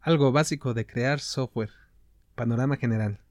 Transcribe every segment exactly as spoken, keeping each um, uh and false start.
Algo básico de crear software. Panorama general.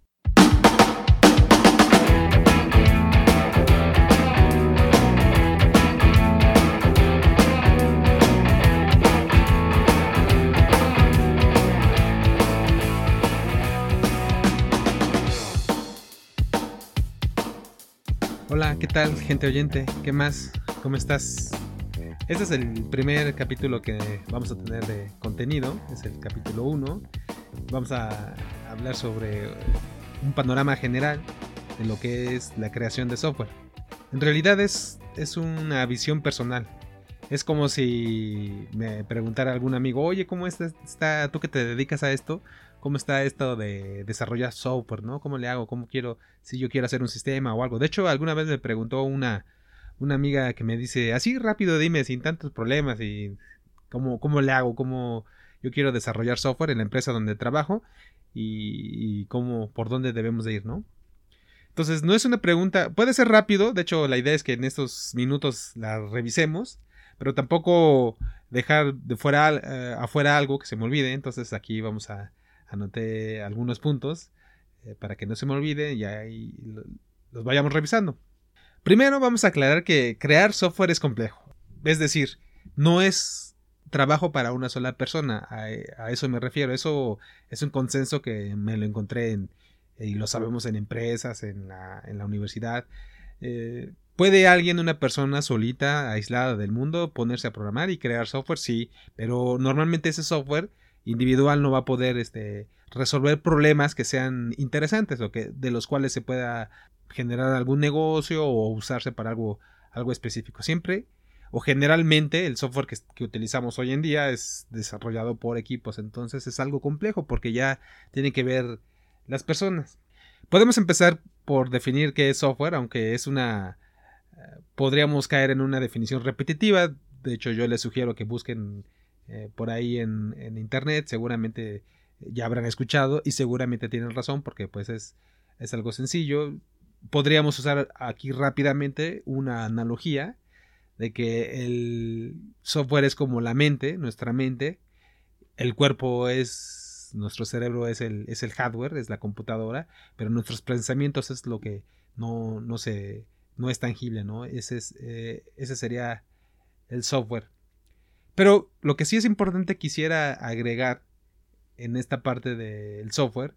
Hola, ¿qué tal, gente oyente? ¿Qué más? ¿Cómo estás? Este es el primer capítulo que vamos a tener de contenido, es el capítulo uno. Vamos a hablar sobre un panorama general de lo que es la creación de software. En realidad es, es una visión personal. Es como si me preguntara algún amigo, oye, ¿cómo está, está tú que te dedicas a esto? ¿Cómo está esto de desarrollar software, ¿no? ¿Cómo le hago? ¿Cómo quiero, si yo quiero hacer un sistema o algo? De hecho, alguna vez me preguntó una, una amiga que me dice, así rápido dime, sin tantos problemas, y cómo, cómo le hago, cómo yo quiero desarrollar software en la empresa donde trabajo y, y cómo, por dónde debemos de ir, ¿no? Entonces, no es una pregunta, puede ser rápido, de hecho, la idea es que en estos minutos la revisemos, pero tampoco dejar de fuera, uh, afuera algo que se me olvide. Entonces aquí vamos a anotar algunos puntos eh, para que no se me olvide y ahí lo, los vayamos revisando. Primero vamos a aclarar que crear software es complejo. Es decir, no es trabajo para una sola persona. A, a eso me refiero. Eso es un consenso que me lo encontré en, y lo sabemos en empresas, en la, en la universidad. Eh, ¿Puede alguien, una persona solita, aislada del mundo, ponerse a programar y crear software? Sí, pero normalmente ese software individual no va a poder este, resolver problemas que sean interesantes o que, de los cuales se pueda generar algún negocio o usarse para algo, algo específico. Siempre o generalmente el software que, que utilizamos hoy en día es desarrollado por equipos, entonces es algo complejo porque ya tiene que ver las personas. Podemos empezar por definir qué es software, aunque es una... podríamos caer en una definición repetitiva. De hecho, yo les sugiero que busquen eh, por ahí en, en internet. Seguramente ya habrán escuchado y seguramente tienen razón porque pues es, es algo sencillo. Podríamos usar aquí rápidamente una analogía de que el software es como la mente, nuestra mente. El cuerpo es, nuestro cerebro es el, es el hardware, es la computadora, pero nuestros pensamientos es lo que no, no se... no es tangible, ¿no? Ese, es, eh, ese sería el software. Pero lo que sí es importante quisiera agregar en esta parte del software,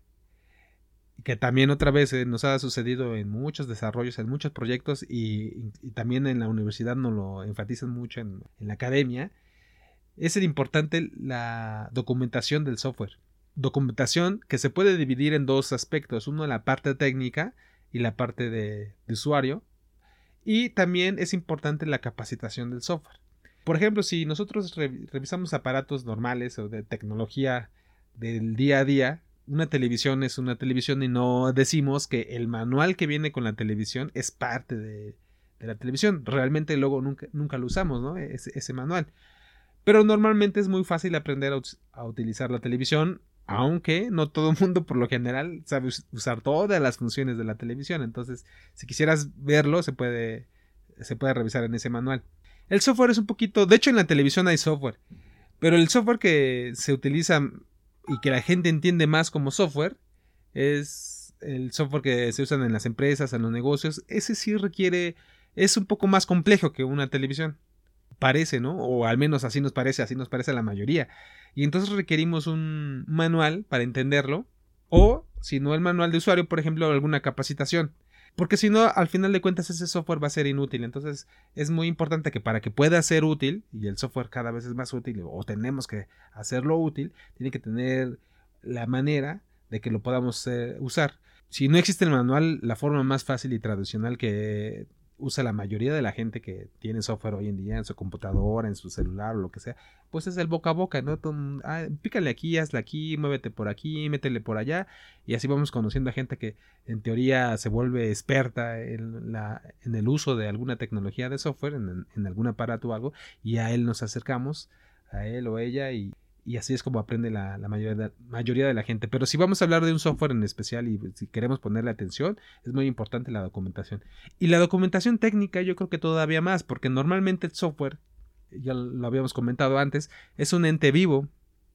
que también otra vez eh, nos ha sucedido en muchos desarrollos, en muchos proyectos y, y, y también en la universidad nos lo enfatizan mucho en, en la academia, es el importante la documentación del software. Documentación que se puede dividir en dos aspectos, uno la parte técnica y la parte de, de usuario. Y también es importante la capacitación del software. Por ejemplo, si nosotros re- revisamos aparatos normales o de tecnología del día a día, una televisión es una televisión y no decimos que el manual que viene con la televisión es parte de, de la televisión. Realmente luego nunca, nunca lo usamos, ¿no? Ese, ese manual. Pero normalmente es muy fácil aprender a, ut- a utilizar la televisión, aunque no todo el mundo por lo general sabe usar todas las funciones de la televisión. Entonces, si quisieras verlo, se puede, se puede revisar en ese manual. El software es un poquito... De hecho, en la televisión hay software. Pero el software que se utiliza y que la gente entiende más como software es el software que se usan en las empresas, en los negocios. Ese sí requiere... Es un poco más complejo que una televisión. Parece, ¿no? O al menos así nos parece, así nos parece a la mayoría. Y entonces requerimos un manual para entenderlo. O, si no el manual de usuario, por ejemplo, alguna capacitación. Porque si no, al final de cuentas ese software va a ser inútil. Entonces es muy importante que para que pueda ser útil, y el software cada vez es más útil, o tenemos que hacerlo útil, tiene que tener la manera de que lo podamos eh, usar. Si no existe el manual, la forma más fácil y tradicional que usa la mayoría de la gente que tiene software hoy en día en su computadora, en su celular o lo que sea, pues es el boca a boca, ¿no? Tom, ah, pícale aquí, hazle aquí, muévete por aquí, métele por allá, y así vamos conociendo a gente que en teoría se vuelve experta en, la, en el uso de alguna tecnología de software, en, en algún aparato o algo, y a él nos acercamos, a él o ella, y y así es como aprende la, la mayoría, de, mayoría de la gente. Pero si vamos a hablar de un software en especial y si queremos ponerle atención, es muy importante la documentación. Y la documentación técnica yo creo que todavía más, porque normalmente el software, ya lo habíamos comentado antes, es un ente vivo.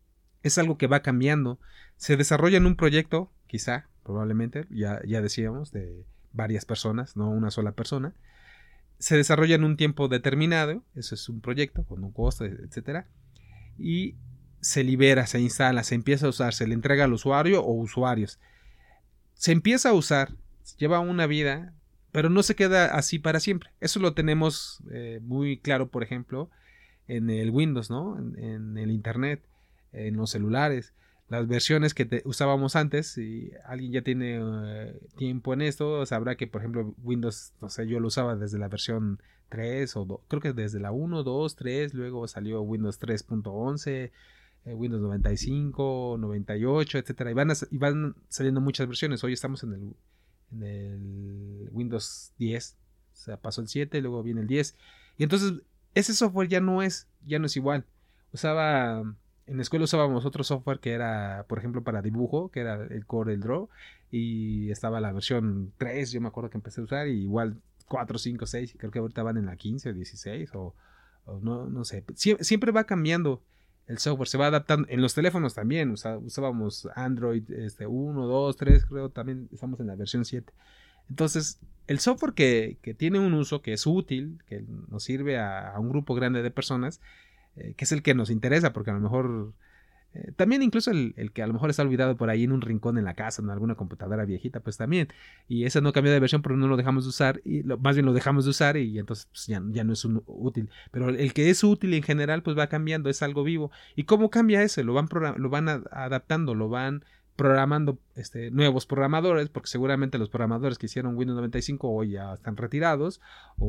es algo que va cambiando. Se desarrolla en un proyecto, quizá, probablemente, ya, ya decíamos, de varias personas, no una sola persona. Se desarrolla en un tiempo determinado, eso es un proyecto con un costo, etcétera. Y se libera, se instala, se empieza a usar, se le entrega al usuario o usuarios. Se empieza a usar, lleva una vida, pero no se queda así para siempre. Eso lo tenemos eh, muy claro, por ejemplo, en el Windows, ¿no? En, en el Internet, en los celulares. Las versiones que te, usábamos antes, si alguien ya tiene uh, tiempo en esto, sabrá que, por ejemplo, Windows, no sé, yo lo usaba desde la versión tres o dos, creo que desde la uno, dos, tres, luego salió Windows tres punto once, eh, Windows noventa y cinco, noventa y ocho, etcétera. Y van, a, y van saliendo muchas versiones. Hoy estamos en el, en el Windows diez, o sea, pasó el siete, luego viene el diez. Y entonces ese software ya no es, ya no es igual. Usaba... En la escuela usábamos otro software que era, por ejemplo, para dibujo, que era el Corel Draw, y estaba la versión tres, yo me acuerdo que empecé a usar, y igual cuatro, cinco, seis, creo que ahorita van en la quince o dieciséis, o, o no, no sé. Sie- siempre va cambiando el software, se va adaptando. En los teléfonos también, usa- usábamos Android este, uno, dos, tres, creo, también estamos en la versión siete. Entonces, el software que, que tiene un uso, que es útil, que nos sirve a, a un grupo grande de personas, eh, que es el que nos interesa, porque a lo mejor eh, también incluso el, el que a lo mejor está olvidado por ahí en un rincón en la casa, en alguna computadora viejita, pues también, y ese no cambia de versión porque no lo dejamos de usar, y lo, más bien lo dejamos de usar y entonces pues, ya, ya no es un, útil, pero el que es útil en general pues va cambiando, es algo vivo. ¿Y cómo cambia ese? Lo van, lo van a, adaptando, lo van programando este, nuevos programadores, porque seguramente los programadores que hicieron Windows noventa y cinco hoy ya están retirados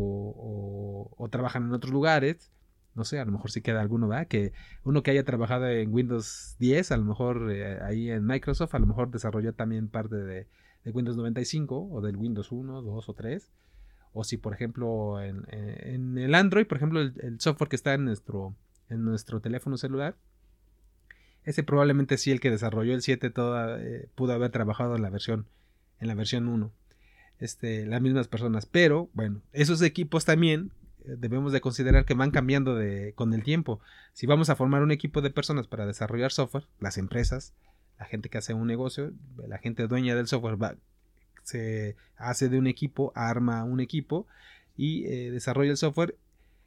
o, o, o trabajan en otros lugares. No sé, a lo mejor sí queda alguno, ¿verdad? Que uno que haya trabajado en Windows diez, a lo mejor eh, ahí en Microsoft, a lo mejor desarrolló también parte de, de Windows noventa y cinco o del Windows uno, dos o tres. O si, por ejemplo, en, en el Android, por ejemplo, el, el software que está en nuestro, en nuestro teléfono celular, ese probablemente sí el que desarrolló el siete toda, eh, pudo haber trabajado en la versión, en la versión uno. Este, las mismas personas. Pero, bueno, esos equipos también debemos de considerar que van cambiando de, con el tiempo. Si vamos a formar un equipo de personas para desarrollar software, las empresas, la gente que hace un negocio, la gente dueña del software va, se hace de un equipo, arma un equipo y eh, desarrolla el software.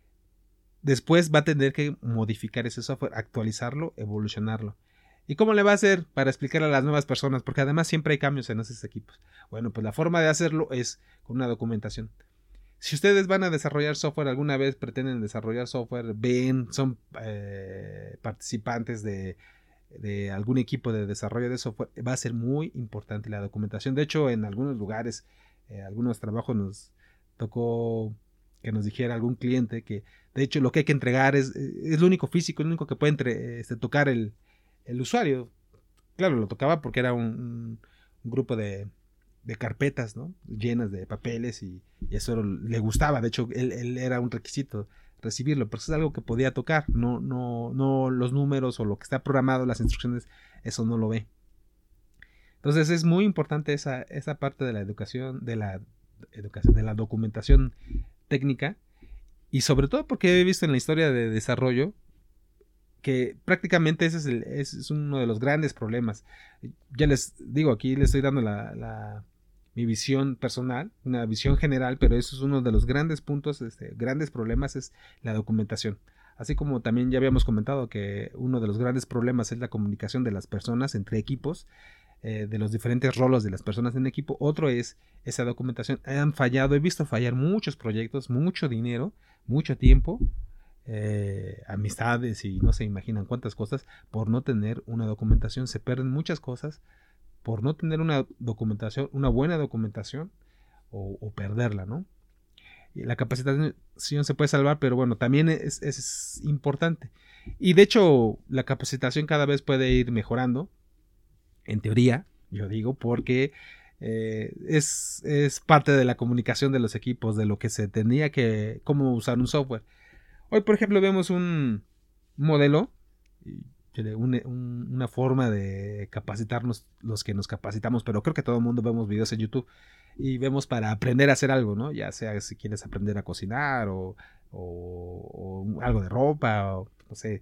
Después va a tener que modificar ese software, actualizarlo, evolucionarlo. ¿Y cómo le va a hacer para explicar a las nuevas personas? Porque además siempre hay cambios en esos equipos. Bueno, pues la forma de hacerlo es con una documentación. Si ustedes van a desarrollar software, alguna vez pretenden desarrollar software, ven, son eh, participantes de, de algún equipo de desarrollo de software, va a ser muy importante la documentación. De hecho, en algunos lugares, eh, algunos trabajos nos tocó que nos dijera algún cliente que, de hecho, lo que hay que entregar es, es lo único físico, lo único que puede entre, este, tocar el, el usuario. Claro, lo tocaba porque era un, un, un grupo de... de carpetas, ¿no? Llenas de papeles y, y eso le gustaba. De hecho, él, él era un requisito recibirlo, pero eso es algo que podía tocar. No, no, no los números o lo que está programado, las instrucciones, eso no lo ve. Entonces es muy importante esa, esa parte de la educación, de la educación, de la documentación técnica, y sobre todo porque he visto en la historia de desarrollo que prácticamente ese es, el, ese es uno de los grandes problemas. Ya les digo, aquí les estoy dando la, la, mi visión personal, una visión general, pero eso es uno de los grandes puntos, este, grandes problemas es la documentación. Así como también ya habíamos comentado que uno de los grandes problemas es la comunicación de las personas entre equipos, eh, de los diferentes roles de las personas en equipo. Otro es esa documentación. Han fallado, he visto fallar muchos proyectos, mucho dinero, mucho tiempo, Eh, amistades y no se imaginan cuántas cosas por no tener una documentación. Se pierden muchas cosas por no tener una documentación, una buena documentación o, o perderla, ¿no? Y la capacitación se puede salvar, pero bueno, también es, es importante. Y de hecho, la capacitación cada vez puede ir mejorando, en teoría, yo digo, porque eh, es, es parte de la comunicación de los equipos, de lo que se tenía que, cómo usar un software. Hoy, por ejemplo, vemos un modelo, un, un, una forma de capacitarnos los que nos capacitamos, pero creo que todo el mundo vemos videos en YouTube y vemos para aprender a hacer algo, ¿no? Ya sea si quieres aprender a cocinar o, o, o algo de ropa, o no sé,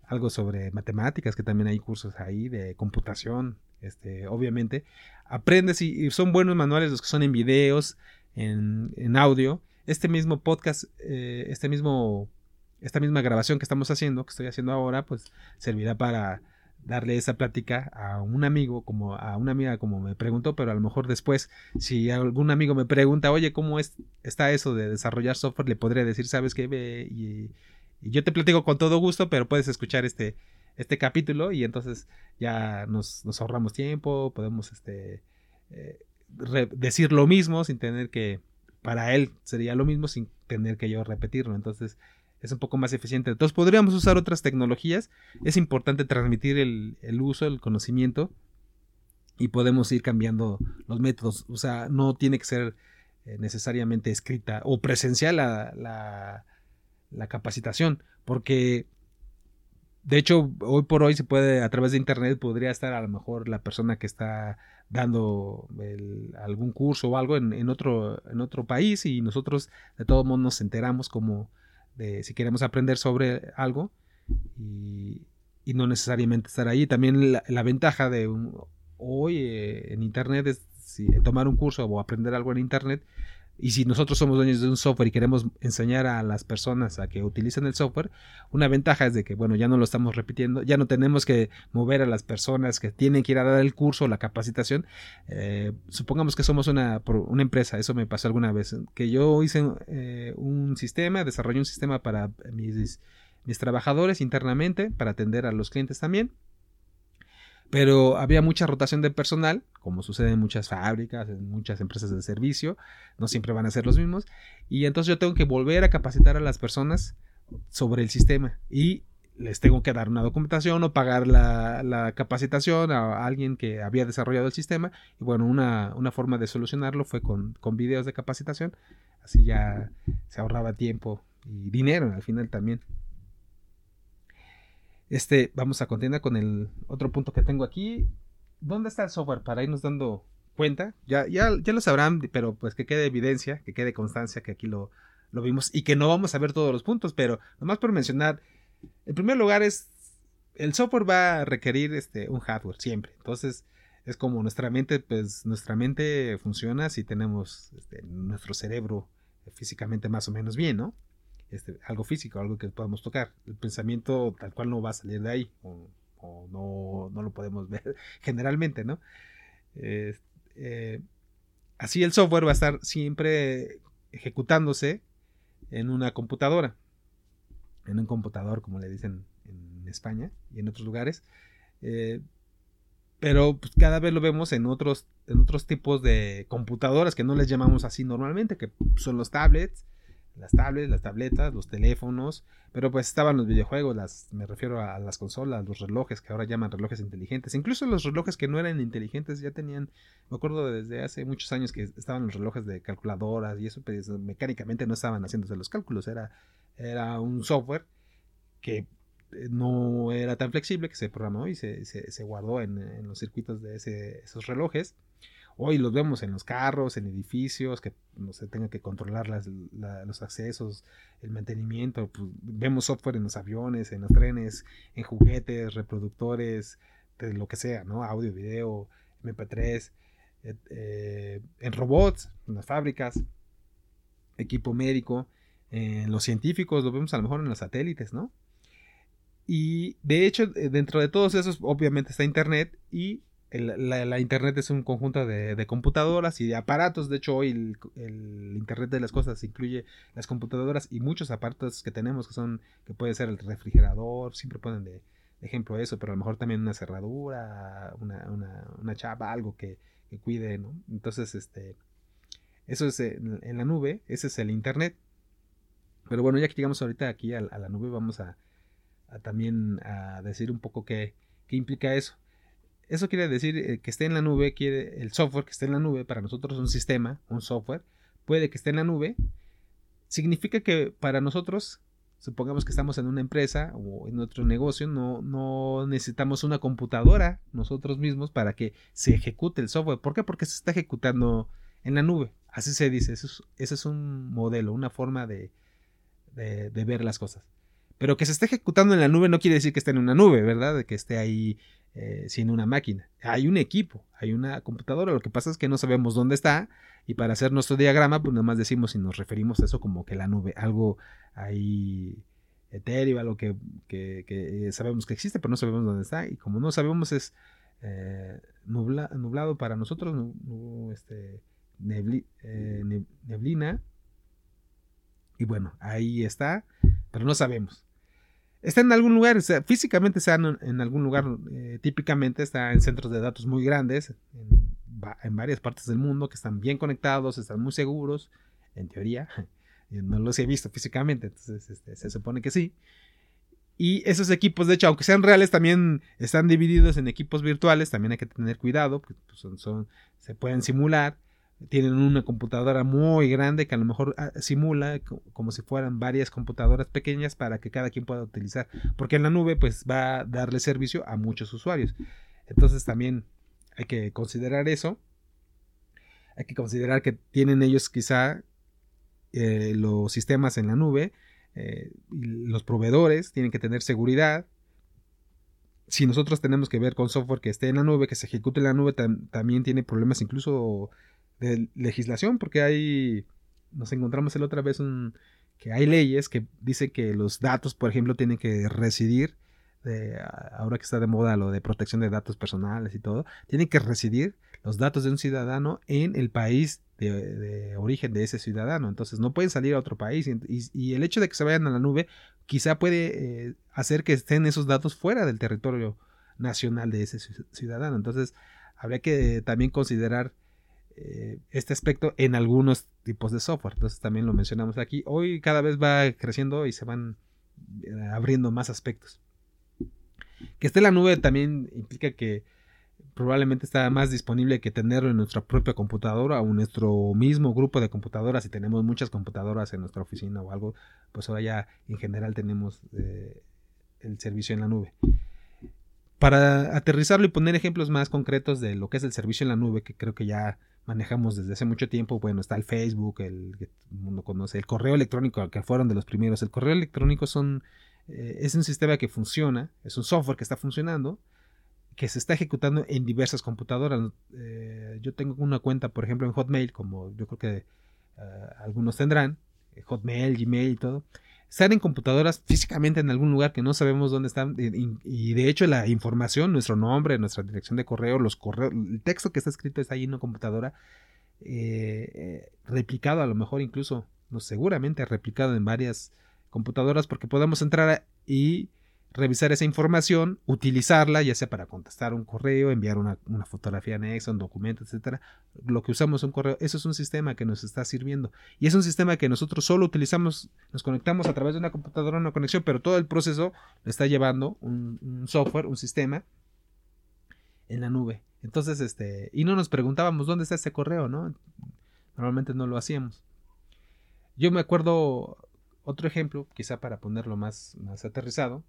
algo sobre matemáticas, que también hay cursos ahí de computación, este, obviamente. Aprendes y, y son buenos manuales los que son en videos, en, en audio. Este mismo podcast, eh, este mismo, esta misma grabación que estamos haciendo, que estoy haciendo ahora, pues servirá para darle esa plática a un amigo, como a una amiga como me preguntó, pero a lo mejor después, si algún amigo me pregunta, oye, ¿cómo es, está eso de desarrollar software? Le podría decir, ¿sabes qué? Ve y, y yo te platico con todo gusto, pero puedes escuchar este, este capítulo y entonces ya nos, nos ahorramos tiempo, podemos este, eh, re, decir lo mismo sin tener que, para él sería lo mismo sin tener que yo repetirlo, entonces es un poco más eficiente. Entonces podríamos usar otras tecnologías. Es importante transmitir el, el uso, el conocimiento, y podemos ir cambiando los métodos. O sea, no tiene que ser eh, necesariamente escrita o presencial la, la, la capacitación, porque de hecho hoy por hoy se puede, a través de internet podría estar a lo mejor la persona que está dando el, algún curso o algo en, en, otro, en otro país, y nosotros de todos modos nos enteramos como de si queremos aprender sobre algo y, y no necesariamente estar ahí. También la, la ventaja de un, hoy eh, en internet es si, tomar un curso o aprender algo en internet, y si nosotros somos dueños de un software y queremos enseñar a las personas a que utilicen el software, una ventaja es de que, bueno, ya no lo estamos repitiendo, ya no tenemos que mover a las personas que tienen que ir a dar el curso o la capacitación. Eh, supongamos que somos una, una empresa, eso me pasó alguna vez, que yo hice eh, un sistema, desarrollé un sistema para mis, mis trabajadores internamente, para atender a los clientes también. Pero había mucha rotación de personal, como sucede en muchas fábricas, en muchas empresas de servicio, no siempre van a ser los mismos, y entonces yo tengo que volver a capacitar a las personas sobre el sistema, y les tengo que dar una documentación o pagar la, la capacitación a alguien que había desarrollado el sistema, y bueno, una, una forma de solucionarlo fue con, con videos de capacitación, así ya se ahorraba tiempo y dinero al final también. Este, vamos a continuar con el otro punto que tengo aquí. ¿Dónde está el software? Para irnos dando cuenta. Ya, ya, ya lo sabrán, pero pues que quede evidencia, que quede constancia que aquí lo, lo vimos y que no vamos a ver todos los puntos, pero nomás por mencionar, en primer lugar es, el software va a requerir este, un hardware siempre. Entonces es como nuestra mente, pues nuestra mente funciona si tenemos este, nuestro cerebro físicamente más o menos bien, ¿no? Este, algo físico, algo que podamos tocar. El pensamiento tal cual no va a salir de ahí, o, o no, no lo podemos ver generalmente, ¿no? Eh, eh, así el software va a estar siempre ejecutándose en una computadora, en un computador, como le dicen en España y en otros lugares. Eh, pero pues, cada vez lo vemos en otros, en otros tipos de computadoras que no les llamamos así normalmente, que son los tablets, las tablets, las tabletas, los teléfonos, pero pues estaban los videojuegos, las, me refiero a las consolas, los relojes que ahora llaman relojes inteligentes, incluso los relojes que no eran inteligentes ya tenían, me acuerdo desde hace muchos años que estaban los relojes de calculadoras y eso, pues mecánicamente no estaban haciéndose los cálculos, era, era un software que no era tan flexible, que se programó y se, se, se guardó en, en los circuitos de ese, esos relojes. Hoy los vemos en los carros, en edificios, que no se tenga que controlar las, la, los accesos, el mantenimiento. Pues, vemos software en los aviones, en los trenes, en juguetes, reproductores, de lo que sea, ¿no? Audio, video, eme pe tres, eh, eh, en robots, en las fábricas, equipo médico, en los científicos, lo vemos a lo mejor en los satélites, ¿no? Y de hecho, dentro de todos esos, obviamente está Internet, y El, la, la internet es un conjunto de, de computadoras y de aparatos. De hecho hoy el, el internet de las cosas incluye las computadoras y muchos aparatos que tenemos, que son, que puede ser el refrigerador, siempre ponen de, de ejemplo eso, pero a lo mejor también una cerradura, una, una, una chapa, algo que, que cuide, ¿no? Entonces este eso es en, en la nube, ese es el internet. Pero bueno, ya que llegamos ahorita aquí a, a la nube, vamos a, a también a decir un poco qué, qué implica eso. Eso quiere decir eh, que esté en la nube, quiere el software que esté en la nube, para nosotros un sistema, un software, puede que esté en la nube, significa que para nosotros, supongamos que estamos en una empresa o en otro negocio, no, no necesitamos una computadora nosotros mismos para que se ejecute el software. ¿Por qué? Porque se está ejecutando en la nube, así se dice, eso es, ese es un modelo, una forma de, de, de ver las cosas. Pero que se esté ejecutando en la nube no quiere decir que esté en una nube, ¿verdad? De que esté ahí eh, sin una máquina. Hay un equipo, hay una computadora. Lo que pasa es que no sabemos dónde está. Y para hacer nuestro diagrama, pues nada más decimos y nos referimos a eso como que la nube, algo ahí etéreo, algo que, que, que sabemos que existe, pero no sabemos dónde está. Y como no sabemos, es eh, nubla, nublado para nosotros, nu, nu, este, nebli, eh, neblina. Y bueno, ahí está, pero no sabemos. Está en algún lugar, o sea, físicamente está en, en algún lugar, eh, típicamente está en centros de datos muy grandes, en, en varias partes del mundo, que están bien conectados, están muy seguros, en teoría. Yo no los he visto físicamente, entonces este, se supone que sí. Y esos equipos, de hecho, aunque sean reales, también están divididos en equipos virtuales, también hay que tener cuidado, porque pues, son, son, se pueden simular. Tienen una computadora muy grande que a lo mejor simula como si fueran varias computadoras pequeñas para que cada quien pueda utilizar. Porque en la nube pues va a darle servicio a muchos usuarios. Entonces también hay que considerar eso. Hay que considerar que tienen ellos quizá eh, los sistemas en la nube. Eh, los proveedores tienen que tener seguridad. Si nosotros tenemos que ver con software que esté en la nube, que se ejecute en la nube, tam- también tiene problemas incluso de legislación, porque hay, nos encontramos la otra vez un, que hay leyes que dicen que los datos, por ejemplo, tienen que residir, de, ahora que está de moda lo de protección de datos personales y todo, tienen que residir los datos de un ciudadano en el país de, de origen de ese ciudadano. Entonces no pueden salir a otro país, y, y, y el hecho de que se vayan a la nube quizá puede eh, hacer que estén esos datos fuera del territorio nacional de ese ciudadano. Entonces habría que también considerar este aspecto en algunos tipos de software. Entonces también lo mencionamos aquí. Hoy cada vez va creciendo y se van abriendo más aspectos. Que esté en la nube también implica que probablemente está más disponible que tenerlo en nuestra propia computadora o en nuestro mismo grupo de computadoras. Si tenemos muchas computadoras en nuestra oficina o algo, pues ahora ya en general tenemos eh, el servicio en la nube. Para aterrizarlo y poner ejemplos más concretos de lo que es el servicio en la nube, que creo que ya manejamos desde hace mucho tiempo, bueno, está el Facebook, el que todo el mundo conoce, el correo electrónico, que fueron de los primeros. El correo electrónico son, eh, es un sistema que funciona, es un software que está funcionando, que se está ejecutando en diversas computadoras. Eh, yo tengo una cuenta, por ejemplo, en Hotmail, como yo creo que uh, algunos tendrán, Hotmail, Gmail y todo. Están en computadoras físicamente en algún lugar que no sabemos dónde están, y, y de hecho la información, nuestro nombre, nuestra dirección de correo, los correos, el texto que está escrito está ahí en una computadora, eh, eh, replicado a lo mejor incluso, no, seguramente replicado en varias computadoras, porque podemos entrar y revisar esa información, utilizarla ya sea para contestar un correo, enviar una, una fotografía anexa, un documento, etcétera. Lo que usamos un correo, eso es un sistema que nos está sirviendo, y es un sistema que nosotros solo utilizamos, nos conectamos a través de una computadora, una conexión, pero todo el proceso lo está llevando un, un software, un sistema en la nube. Entonces, este, y no nos preguntábamos dónde está ese correo, ¿no? Normalmente no lo hacíamos. Yo me acuerdo otro ejemplo, quizá para ponerlo más, más aterrizado,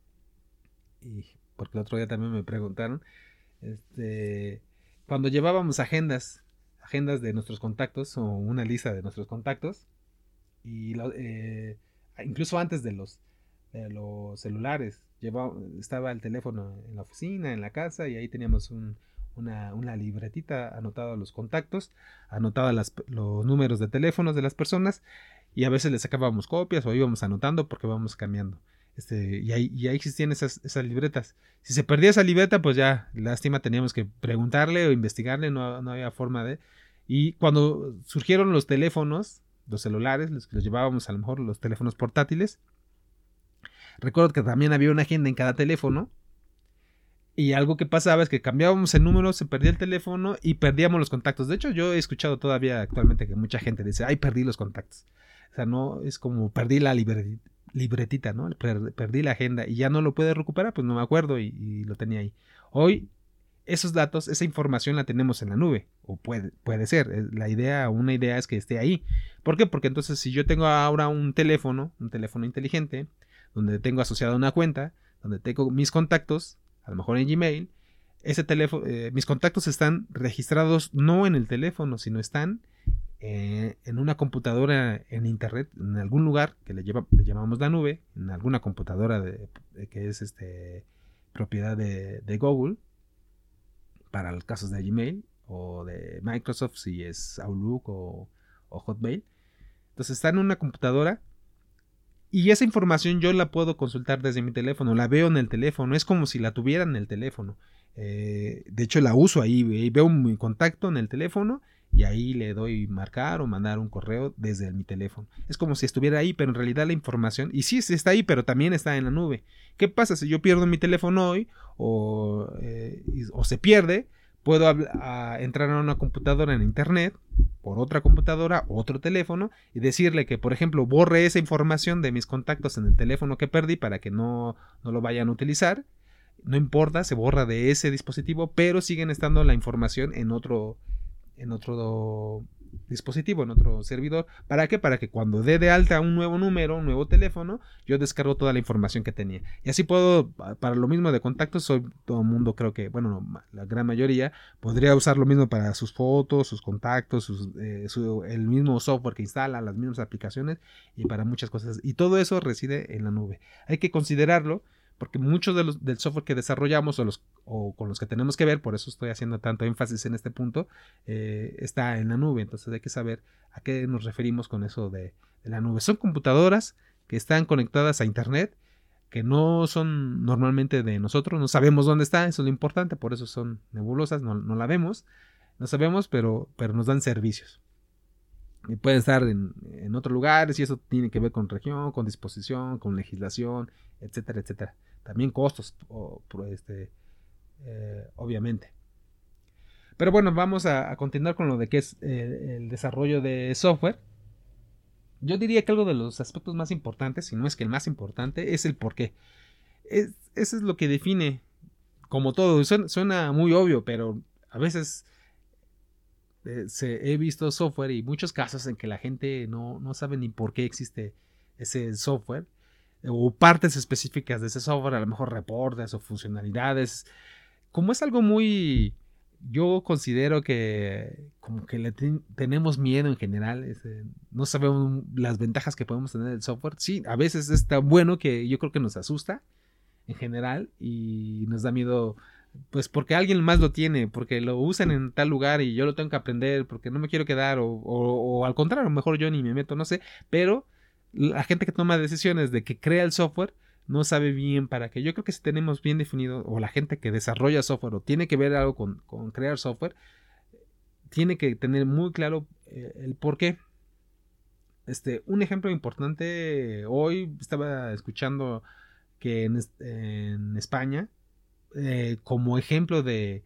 y porque el otro día también me preguntaron, este, cuando llevábamos agendas, agendas de nuestros contactos o una lista de nuestros contactos, y lo, eh, incluso antes de los, de los celulares, llevaba, estaba el teléfono en la oficina, en la casa, y ahí teníamos un, una, una libretita anotada los contactos, anotada las, los números de teléfonos de las personas, y a veces le sacábamos copias o íbamos anotando porque vamos cambiando. Este, y, ahí, y ahí existían esas, esas libretas. Si se perdía esa libreta, pues ya, lástima, teníamos que preguntarle o investigarle, no, no había forma de... Y cuando surgieron los teléfonos, los celulares, los que los llevábamos a lo mejor los teléfonos portátiles, recuerdo que también había una agenda en cada teléfono, y algo que pasaba es que cambiábamos el número, se perdía el teléfono y perdíamos los contactos. De hecho, yo he escuchado todavía actualmente que mucha gente dice, ay, perdí los contactos. O sea, no, es como perdí la libretita. libretita, ¿no? Perdí la agenda y ya no lo puedo recuperar, pues no me acuerdo y, y lo tenía ahí. Hoy esos datos, esa información la tenemos en la nube, o puede, puede ser, la idea, una idea es que esté ahí. ¿Por qué? Porque entonces si yo tengo ahora un teléfono, un teléfono inteligente, donde tengo asociada una cuenta, donde tengo mis contactos, a lo mejor en Gmail, ese teléfono, eh, mis contactos están registrados no en el teléfono, sino están eh, en una computadora en internet, en algún lugar que le, lleva, le llamamos la nube, en alguna computadora de, de que es este, propiedad de, de Google, para los casos de Gmail, o de Microsoft si es Outlook o, o Hotmail. Entonces está en una computadora y esa información yo la puedo consultar desde mi teléfono, la veo en el teléfono, es como si la tuviera en el teléfono. Eh, de hecho la uso ahí, veo mi contacto en el teléfono y ahí le doy marcar o mandar un correo desde mi teléfono. Es como si estuviera ahí, pero en realidad la información, y sí, sí está ahí, pero también está en la nube. ¿Qué pasa si yo pierdo mi teléfono hoy o, eh, o se pierde? Puedo a entrar a una computadora en internet, por otra computadora, otro teléfono, y decirle que, por ejemplo, borre esa información de mis contactos en el teléfono que perdí para que no, no lo vayan a utilizar. No importa, se borra de ese dispositivo, pero siguen estando la información en otro, en otro dispositivo, en otro servidor. ¿Para qué? Para que cuando dé de alta un nuevo número, un nuevo teléfono, yo descargo toda la información que tenía. Y así puedo, para lo mismo de contactos, soy todo el mundo, creo que, bueno, no, la gran mayoría, podría usar lo mismo para sus fotos, sus contactos, sus, eh, su, el mismo software que instala, las mismas aplicaciones y para muchas cosas. Y todo eso reside en la nube. Hay que considerarlo, porque muchos de los, del software que desarrollamos o, los, o con los que tenemos que ver, por eso estoy haciendo tanto énfasis en este punto, eh, está en la nube. Entonces hay que saber a qué nos referimos con eso de, de la nube. Son computadoras que están conectadas a internet, que no son normalmente de nosotros, no sabemos dónde está, eso es lo importante, por eso son nebulosas, no, no la vemos, no sabemos, pero, pero nos dan servicios. Y pueden estar en, en otros lugares y eso tiene que ver con región, con disposición, con legislación, etcétera, etcétera. También costos, o, este, eh, obviamente. Pero bueno, vamos a, a continuar con lo de qué es eh, el desarrollo de software. Yo diría que algo de los aspectos más importantes, si no es que el más importante, es el por qué. Es, eso es lo que define, como todo, suena, suena muy obvio, pero a veces eh, se, he visto software y muchos casos en que la gente no, no sabe ni por qué existe ese software, o partes específicas de ese software, a lo mejor reportes o funcionalidades. Como es algo muy, yo considero que como que le ten, tenemos miedo en general, este, no sabemos las ventajas que podemos tener del software. Sí, a veces es tan bueno que yo creo que nos asusta en general y nos da miedo, pues porque alguien más lo tiene, porque lo usan en tal lugar y yo lo tengo que aprender, porque no me quiero quedar, o, o, o al contrario, mejor yo ni me meto, no sé, pero la gente que toma decisiones de que crea el software no sabe bien para qué. Yo creo que si tenemos bien definido, o la gente que desarrolla software o tiene que ver algo con, con crear software, tiene que tener muy claro eh, el por qué. Este, un ejemplo importante, hoy estaba escuchando que en, en España, eh, como ejemplo de,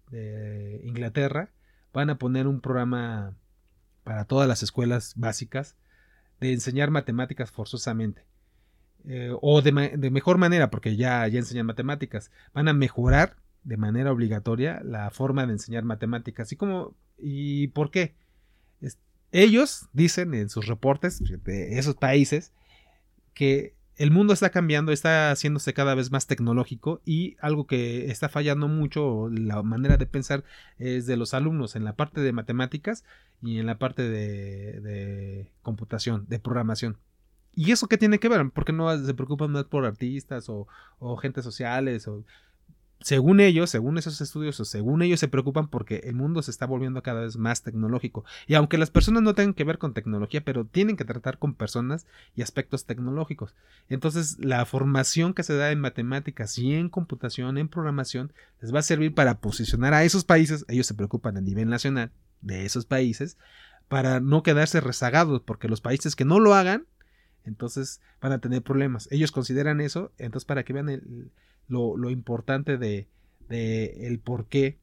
de Inglaterra, van a poner un programa para todas las escuelas básicas de enseñar matemáticas forzosamente. Eh, o de, de mejor manera, porque ya, ya enseñan matemáticas. Van a mejorar de manera obligatoria la forma de enseñar matemáticas. ¿Y cómo? ¿Y por qué? Es, ellos dicen en sus reportes de esos países que el mundo está cambiando, está haciéndose cada vez más tecnológico y algo que está fallando mucho, la manera de pensar, es de los alumnos en la parte de matemáticas y en la parte de, de computación, de programación. ¿Y eso qué tiene que ver? ¿Por qué no se preocupan más por artistas o, o gentes sociales? O, según ellos, según esos estudios, o según ellos se preocupan porque el mundo se está volviendo cada vez más tecnológico. Y aunque las personas no tengan que ver con tecnología, pero tienen que tratar con personas y aspectos tecnológicos. Entonces, la formación que se da en matemáticas y en computación, en programación, les va a servir para posicionar a esos países. Ellos se preocupan a nivel nacional de esos países para no quedarse rezagados, porque los países que no lo hagan, entonces van a tener problemas. Ellos consideran eso, entonces para que vean el, lo, lo importante de, de el por qué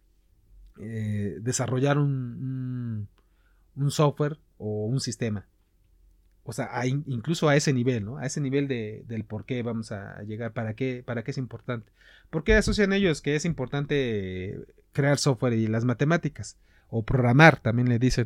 eh, desarrollar un, un, un software o un sistema. O sea, a, incluso a ese nivel, ¿no? A ese nivel de, del por qué vamos a llegar, para qué, para qué es importante. ¿Por qué asocian ellos que es importante crear software y las matemáticas? O programar, también le dicen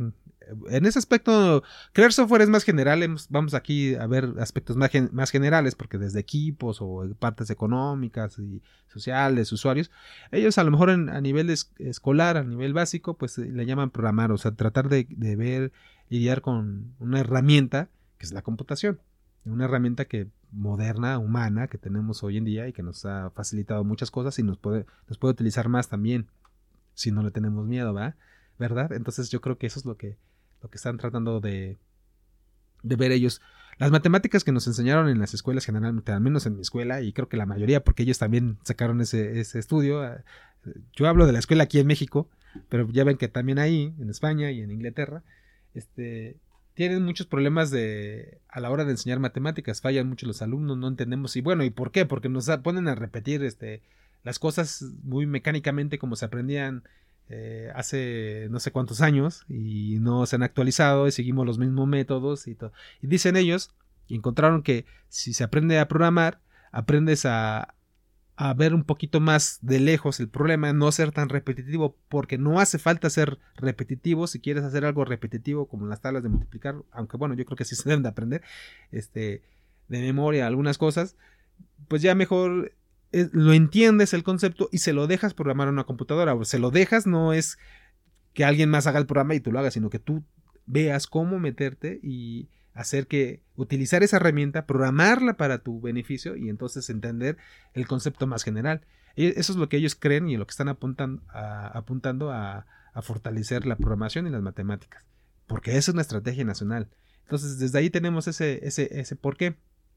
en ese aspecto, crear software es más general. Hemos, vamos aquí a ver aspectos más, gen, más generales, porque desde equipos o partes económicas y sociales, usuarios, ellos a lo mejor en, a nivel es, escolar, a nivel básico, pues le llaman programar, o sea, tratar de, de ver, lidiar con una herramienta que es la computación. Una herramienta que moderna, humana, que tenemos hoy en día y que nos ha facilitado muchas cosas y nos puede, nos puede utilizar más también si no le tenemos miedo, ¿verdad? ¿verdad? Entonces yo creo que eso es lo que, lo que están tratando de, de ver ellos. Las matemáticas que nos enseñaron en las escuelas generalmente, al menos en mi escuela, y creo que la mayoría, porque ellos también sacaron ese, ese estudio. Yo hablo de la escuela aquí en México, pero ya ven que también ahí, en España y en Inglaterra, este, tienen muchos problemas de, a la hora de enseñar matemáticas. Fallan mucho los alumnos, no entendemos. Y bueno, ¿y por qué? Porque nos ponen a repetir este, las cosas muy mecánicamente como se aprendían Eh, hace no sé cuántos años y no se han actualizado y seguimos los mismos métodos y todo. Y dicen ellos, y encontraron que si se aprende a programar, aprendes a, a ver un poquito más de lejos el problema, no ser tan repetitivo, porque no hace falta ser repetitivo si quieres hacer algo repetitivo como las tablas de multiplicar, aunque bueno, yo creo que sí se deben de aprender este, de memoria algunas cosas, pues ya mejor lo entiendes el concepto y se lo dejas programar a una computadora. O se lo dejas, no es que alguien más haga el programa y tú lo hagas, sino que tú veas cómo meterte y hacer que utilizar esa herramienta, programarla para tu beneficio y entonces entender el concepto más general. Eso es lo que ellos creen y lo que están apuntando a, apuntando a, a fortalecer la programación y las matemáticas, porque esa es una estrategia nacional. Entonces desde ahí tenemos ese, ese, ese porqué.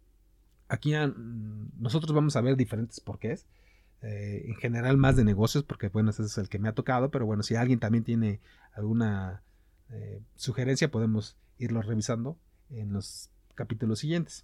Aquí a, nosotros vamos a ver diferentes porqués, eh, en general más de negocios, porque bueno, ese es el que me ha tocado, pero bueno, si alguien también tiene alguna eh, sugerencia, podemos irlo revisando en los capítulos siguientes.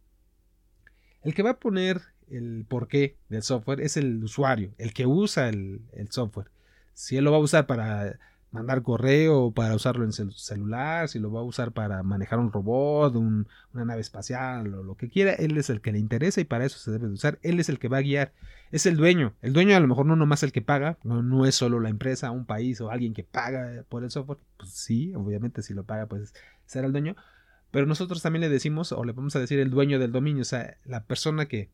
El que va a poner el porqué del software es el usuario, el que usa el, el software. Si él lo va a usar para mandar correo, para usarlo en cel celular, si lo va a usar para manejar un robot, un, una nave espacial o lo que quiera, él es el que le interesa y para eso se debe de usar. Él es el que va a guiar, es el dueño. El dueño a lo mejor no nomás el que paga, no, no es solo la empresa, un país o alguien que paga por el software. Pues sí, obviamente si lo paga pues será el dueño, pero nosotros también le decimos o le vamos a decir el dueño del dominio, o sea, la persona que,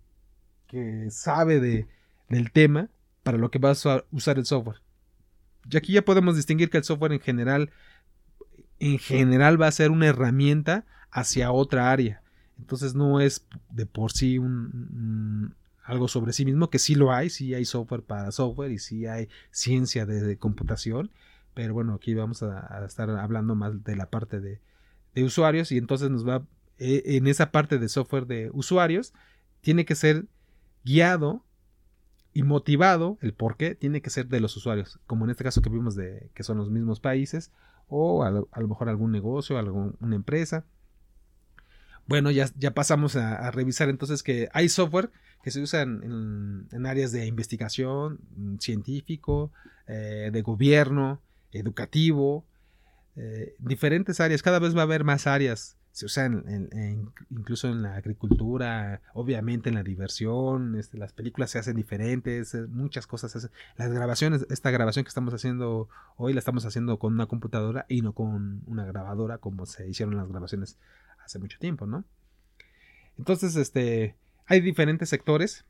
que sabe de, del tema para lo que va a usar el software. Y aquí ya podemos distinguir que el software en general, en general va a ser una herramienta hacia otra área. Entonces no es de por sí un, un, algo sobre sí mismo, que sí lo hay, sí hay software para software y sí hay ciencia de, de computación. Pero bueno, aquí vamos a, a estar hablando más de la parte de, de usuarios y entonces nos va, eh, en esa parte de software de usuarios, tiene que ser guiado y motivado, el por qué tiene que ser de los usuarios, como en este caso que vimos de que son los mismos países o a lo, a lo mejor algún negocio, alguna empresa. Bueno, ya, ya pasamos a, a revisar entonces que hay software que se usa en, en, en áreas de investigación, científico, eh, de gobierno, educativo, eh, diferentes áreas, cada vez va a haber más áreas. Se usa en, en, en, incluso en la agricultura, obviamente en la diversión, este, las películas se hacen diferentes, muchas cosas se hacen. Las grabaciones, esta grabación que estamos haciendo hoy la estamos haciendo con una computadora y no con una grabadora como se hicieron las grabaciones hace mucho tiempo, ¿no? Entonces, este, hay diferentes sectores.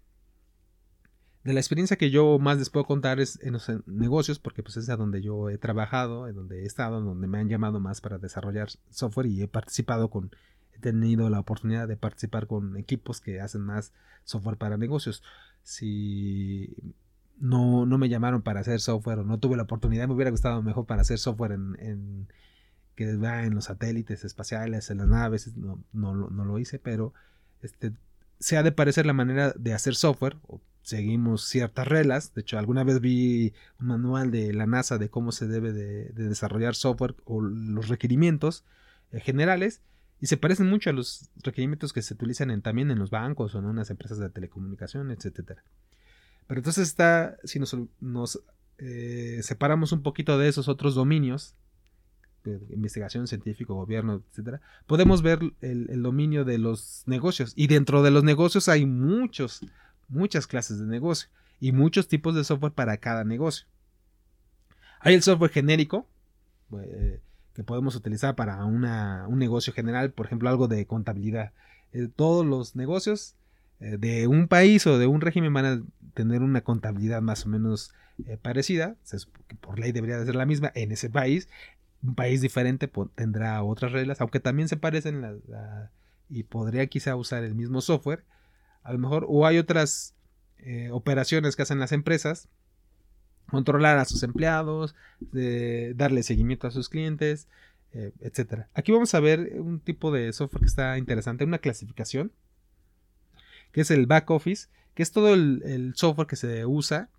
De la experiencia que yo más les puedo contar es en los negocios, porque pues es a donde yo he trabajado, en donde he estado, en donde me han llamado más para desarrollar software y he participado con, he tenido la oportunidad de participar con equipos que hacen más software para negocios. Si no, no me llamaron para hacer software o no tuve la oportunidad, me hubiera gustado mejor para hacer software en, en que va en los satélites espaciales, en las naves, no, no, no lo hice, pero este, se ha de parecer la manera de hacer software, o seguimos ciertas reglas. De hecho, alguna vez vi un manual de la NASA de cómo se debe de, de desarrollar software o los requerimientos eh, generales y se parecen mucho a los requerimientos que se utilizan en, también en los bancos o en unas empresas de telecomunicaciones, etcétera. Pero entonces está, si nos, nos eh, separamos un poquito de esos otros dominios, de investigación, científico, gobierno, etcétera, podemos ver el, el dominio de los negocios y dentro de los negocios hay muchos muchas clases de negocio y muchos tipos de software para cada negocio. Hay el software genérico, eh, que podemos utilizar para una, un negocio general, por ejemplo, algo de contabilidad. Eh, todos los negocios eh, de un país o de un régimen van a tener una contabilidad más o menos eh, parecida, que por ley debería de ser la misma en ese país. Un país diferente tendrá otras reglas, aunque también se parecen la, la, y podría quizá usar el mismo software, a lo mejor, o hay otras eh, operaciones que hacen las empresas, controlar a sus empleados, de darle seguimiento a sus clientes, eh, etcétera. Aquí vamos a ver un tipo de software que está interesante, una clasificación, que es el back office, que es todo el, el software que se usa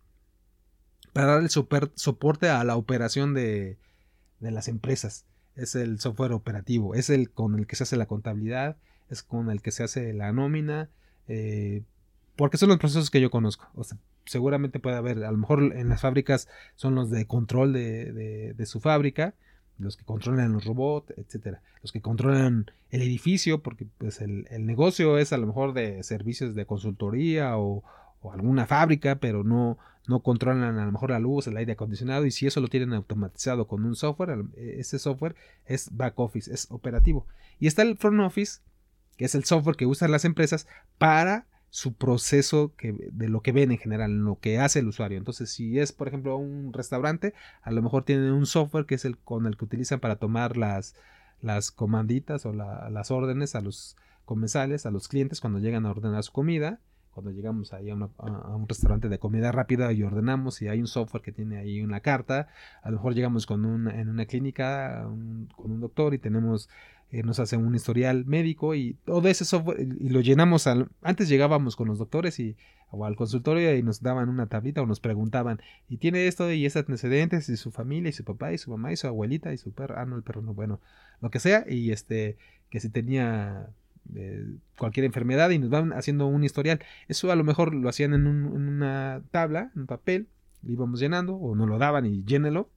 para dar el super, soporte a la operación de, de las empresas. Es el software operativo, es el con el que se hace la contabilidad, es con el que se hace la nómina, eh, porque son los procesos que yo conozco. O sea, seguramente puede haber, a lo mejor en las fábricas son los de control de, de, de su fábrica, los que controlan los robots, etcétera, los que controlan el edificio, porque pues el, el negocio es a lo mejor de servicios de consultoría o, o alguna fábrica, pero no, no controlan a lo mejor la luz, el aire acondicionado, y si eso lo tienen automatizado con un software, ese software es back office, es operativo. Y está el front office, que es el software que usan las empresas para su proceso que, de lo que ven en general, lo que hace el usuario. Entonces, si es, por ejemplo, un restaurante, a lo mejor tienen un software que es el con el que utilizan para tomar las, las comanditas o la, las órdenes a los comensales, a los clientes cuando llegan a ordenar su comida. Cuando llegamos ahí a, una, a un restaurante de comida rápida y ordenamos, y hay un software que tiene ahí una carta, a lo mejor llegamos con un, en una clínica un, con un doctor y tenemos Eh, nos hace un historial médico y todo ese software y lo llenamos al, antes llegábamos con los doctores y, o al consultorio y nos daban una tablita o nos preguntaban y tiene esto y estos antecedentes y su familia y su papá y su mamá y su abuelita y su perro, ah no el perro no, bueno, lo que sea, y este que si tenía eh, cualquier enfermedad y nos van haciendo un historial. Eso a lo mejor lo hacían en, un, en una tabla, en un papel, lo íbamos llenando o nos lo daban y llénelo,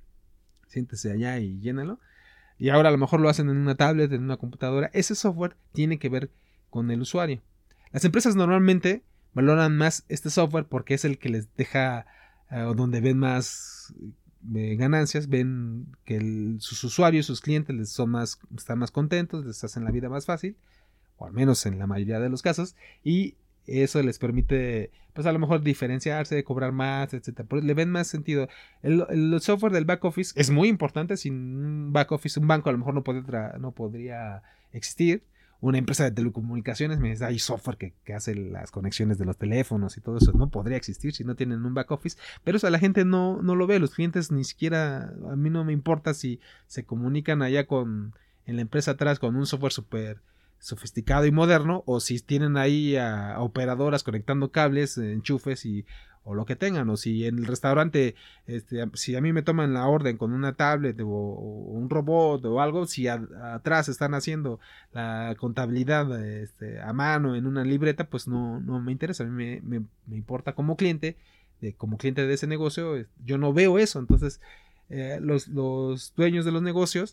siéntese allá y llénelo. Y ahora a lo mejor lo hacen en una tablet, en una computadora. Ese software tiene que ver con el usuario. Las empresas normalmente valoran más este software porque es el que les deja, uh, donde ven más eh, ganancias, ven que el, sus usuarios, sus clientes les son más, están más contentos, les hacen la vida más fácil, o al menos en la mayoría de los casos, y eso les permite, pues a lo mejor diferenciarse, cobrar más, etcétera. Le ven más sentido. El, el software del back office es muy importante. Sin un back office, un banco a lo mejor no podría, no podría existir. Una empresa de telecomunicaciones, me dice, hay software que, que hace las conexiones de los teléfonos y todo eso. No podría existir si no tienen un back office. Pero eso a la gente no, no lo ve. Los clientes ni siquiera, a mí no me importa si se comunican allá con, en la empresa atrás con un software súper sofisticado y moderno, o si tienen ahí a, a operadoras conectando cables, enchufes y o lo que tengan, o si en el restaurante este, si a mí me toman la orden con una tablet o, o un robot o algo, si a, atrás están haciendo la contabilidad este, a mano en una libreta, pues no, no me interesa. A mí me, me, me importa como cliente, de, como cliente de ese negocio, yo no veo eso. Entonces eh, los, los dueños de los negocios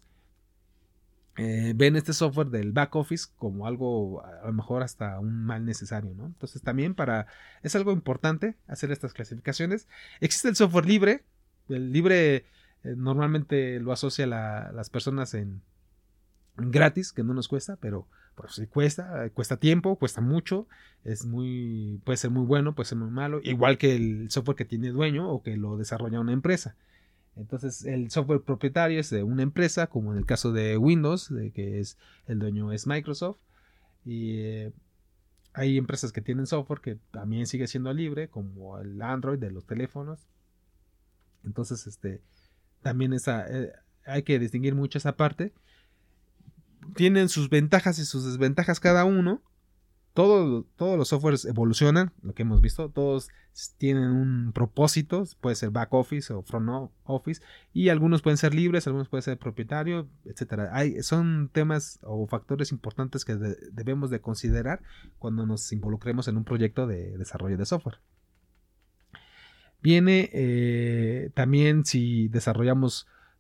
Eh, ven este software del back office como algo a lo mejor hasta un mal necesario, ¿no? Entonces también para es algo importante hacer estas clasificaciones. Existe el software libre. El libre eh, normalmente lo asocia la, las personas en, en gratis, que no nos cuesta, pero pues sí cuesta, cuesta tiempo, cuesta mucho, es muy, puede ser muy bueno, puede ser muy malo, igual que el software que tiene dueño o que lo desarrolla una empresa. Entonces el software propietario es de una empresa, como en el caso de Windows, de que es el dueño es Microsoft, y eh, hay empresas que tienen software que también sigue siendo libre, como el Android de los teléfonos. Entonces este también esa, eh, hay que distinguir mucho esa parte. Tienen sus ventajas y sus desventajas cada uno. Todo, todos los softwares evolucionan, lo que hemos visto, todos tienen un propósito, puede ser back office o front office, y algunos pueden ser libres, algunos pueden ser propietarios, etcétera. Hay, son temas o factores importantes que de, debemos de considerar cuando nos involucremos en un proyecto de desarrollo de software. Viene eh, también si desarrollamos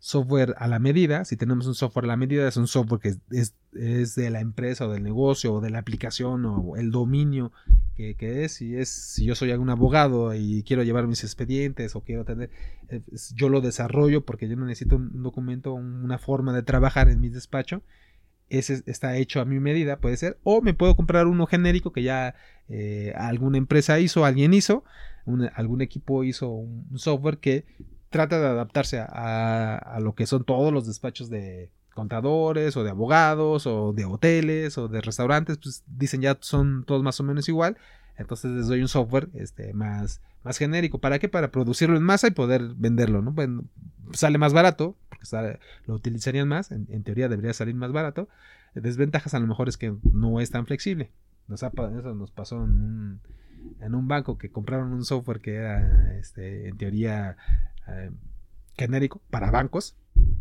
software a la medida. Si tenemos un software a la medida, es un software que es, es de la empresa o del negocio o de la aplicación o el dominio que, que es. Si es, si yo soy algún abogado y quiero llevar mis expedientes o quiero tener, yo lo desarrollo porque yo no necesito un documento, una forma de trabajar en mi despacho. Ese está hecho a mi medida, puede ser, o me puedo comprar uno genérico que ya eh, alguna empresa hizo, alguien hizo, un, algún equipo hizo un, un software que trata de adaptarse a, a, a lo que son todos los despachos de contadores o de abogados o de hoteles o de restaurantes, pues dicen ya son todos más o menos igual. Entonces les doy un software este, más, más genérico. ¿Para qué? Para producirlo en masa y poder venderlo, ¿no? Bueno, sale más barato, porque sale, lo utilizarían más. En, en teoría debería salir más barato. Desventajas a lo mejor es que no es tan flexible. Nos ha, eso nos pasó en un, en un banco que compraron un software que era este, en teoría eh, genérico para bancos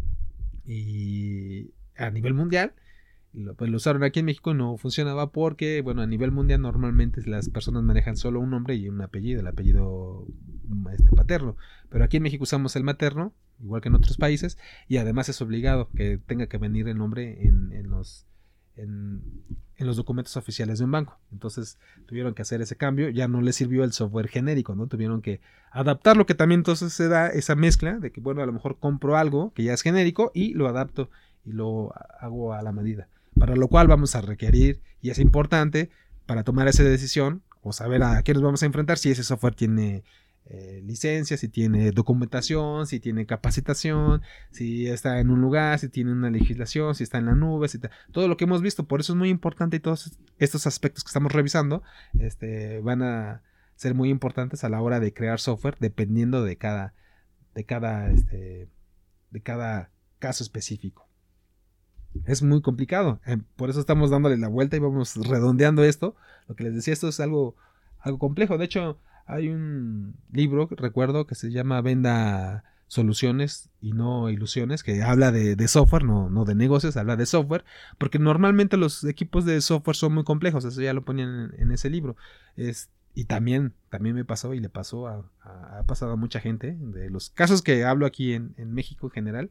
y a nivel mundial. Lo, pues lo usaron aquí en México y no funcionaba porque, bueno, a nivel mundial normalmente las personas manejan solo un nombre y un apellido, el apellido este, paterno, pero aquí en México usamos el materno, igual que en otros países, y además es obligado que tenga que venir el nombre en, en los en, en los documentos oficiales de un banco. Entonces tuvieron que hacer ese cambio, ya no les sirvió el software genérico, ¿no? Tuvieron que adaptarlo, que también entonces se da esa mezcla de que, bueno, a lo mejor compro algo que ya es genérico y lo adapto y lo hago a la medida. Para lo cual vamos a requerir, y es importante para tomar esa decisión o saber a qué nos vamos a enfrentar, si ese software tiene eh, licencia, si tiene documentación, si tiene capacitación, si está en un lugar, si tiene una legislación, si está en la nube, si todo lo que hemos visto. Por eso es muy importante y todos estos aspectos que estamos revisando este, van a ser muy importantes a la hora de crear software dependiendo de cada, de cada, este, de cada caso específico. Es muy complicado, eh, por eso estamos dándole la vuelta y vamos redondeando esto. Lo que les decía, esto es algo, algo complejo. De hecho, hay un libro, recuerdo, que se llama Venda Soluciones y no Ilusiones, que habla de, de software, no, no de negocios, habla de software, porque normalmente los equipos de software son muy complejos, eso ya lo ponían en, en ese libro. Es, y también, también me pasó y le pasó a, a, ha pasado a mucha gente, de los casos que hablo aquí en, en México en general.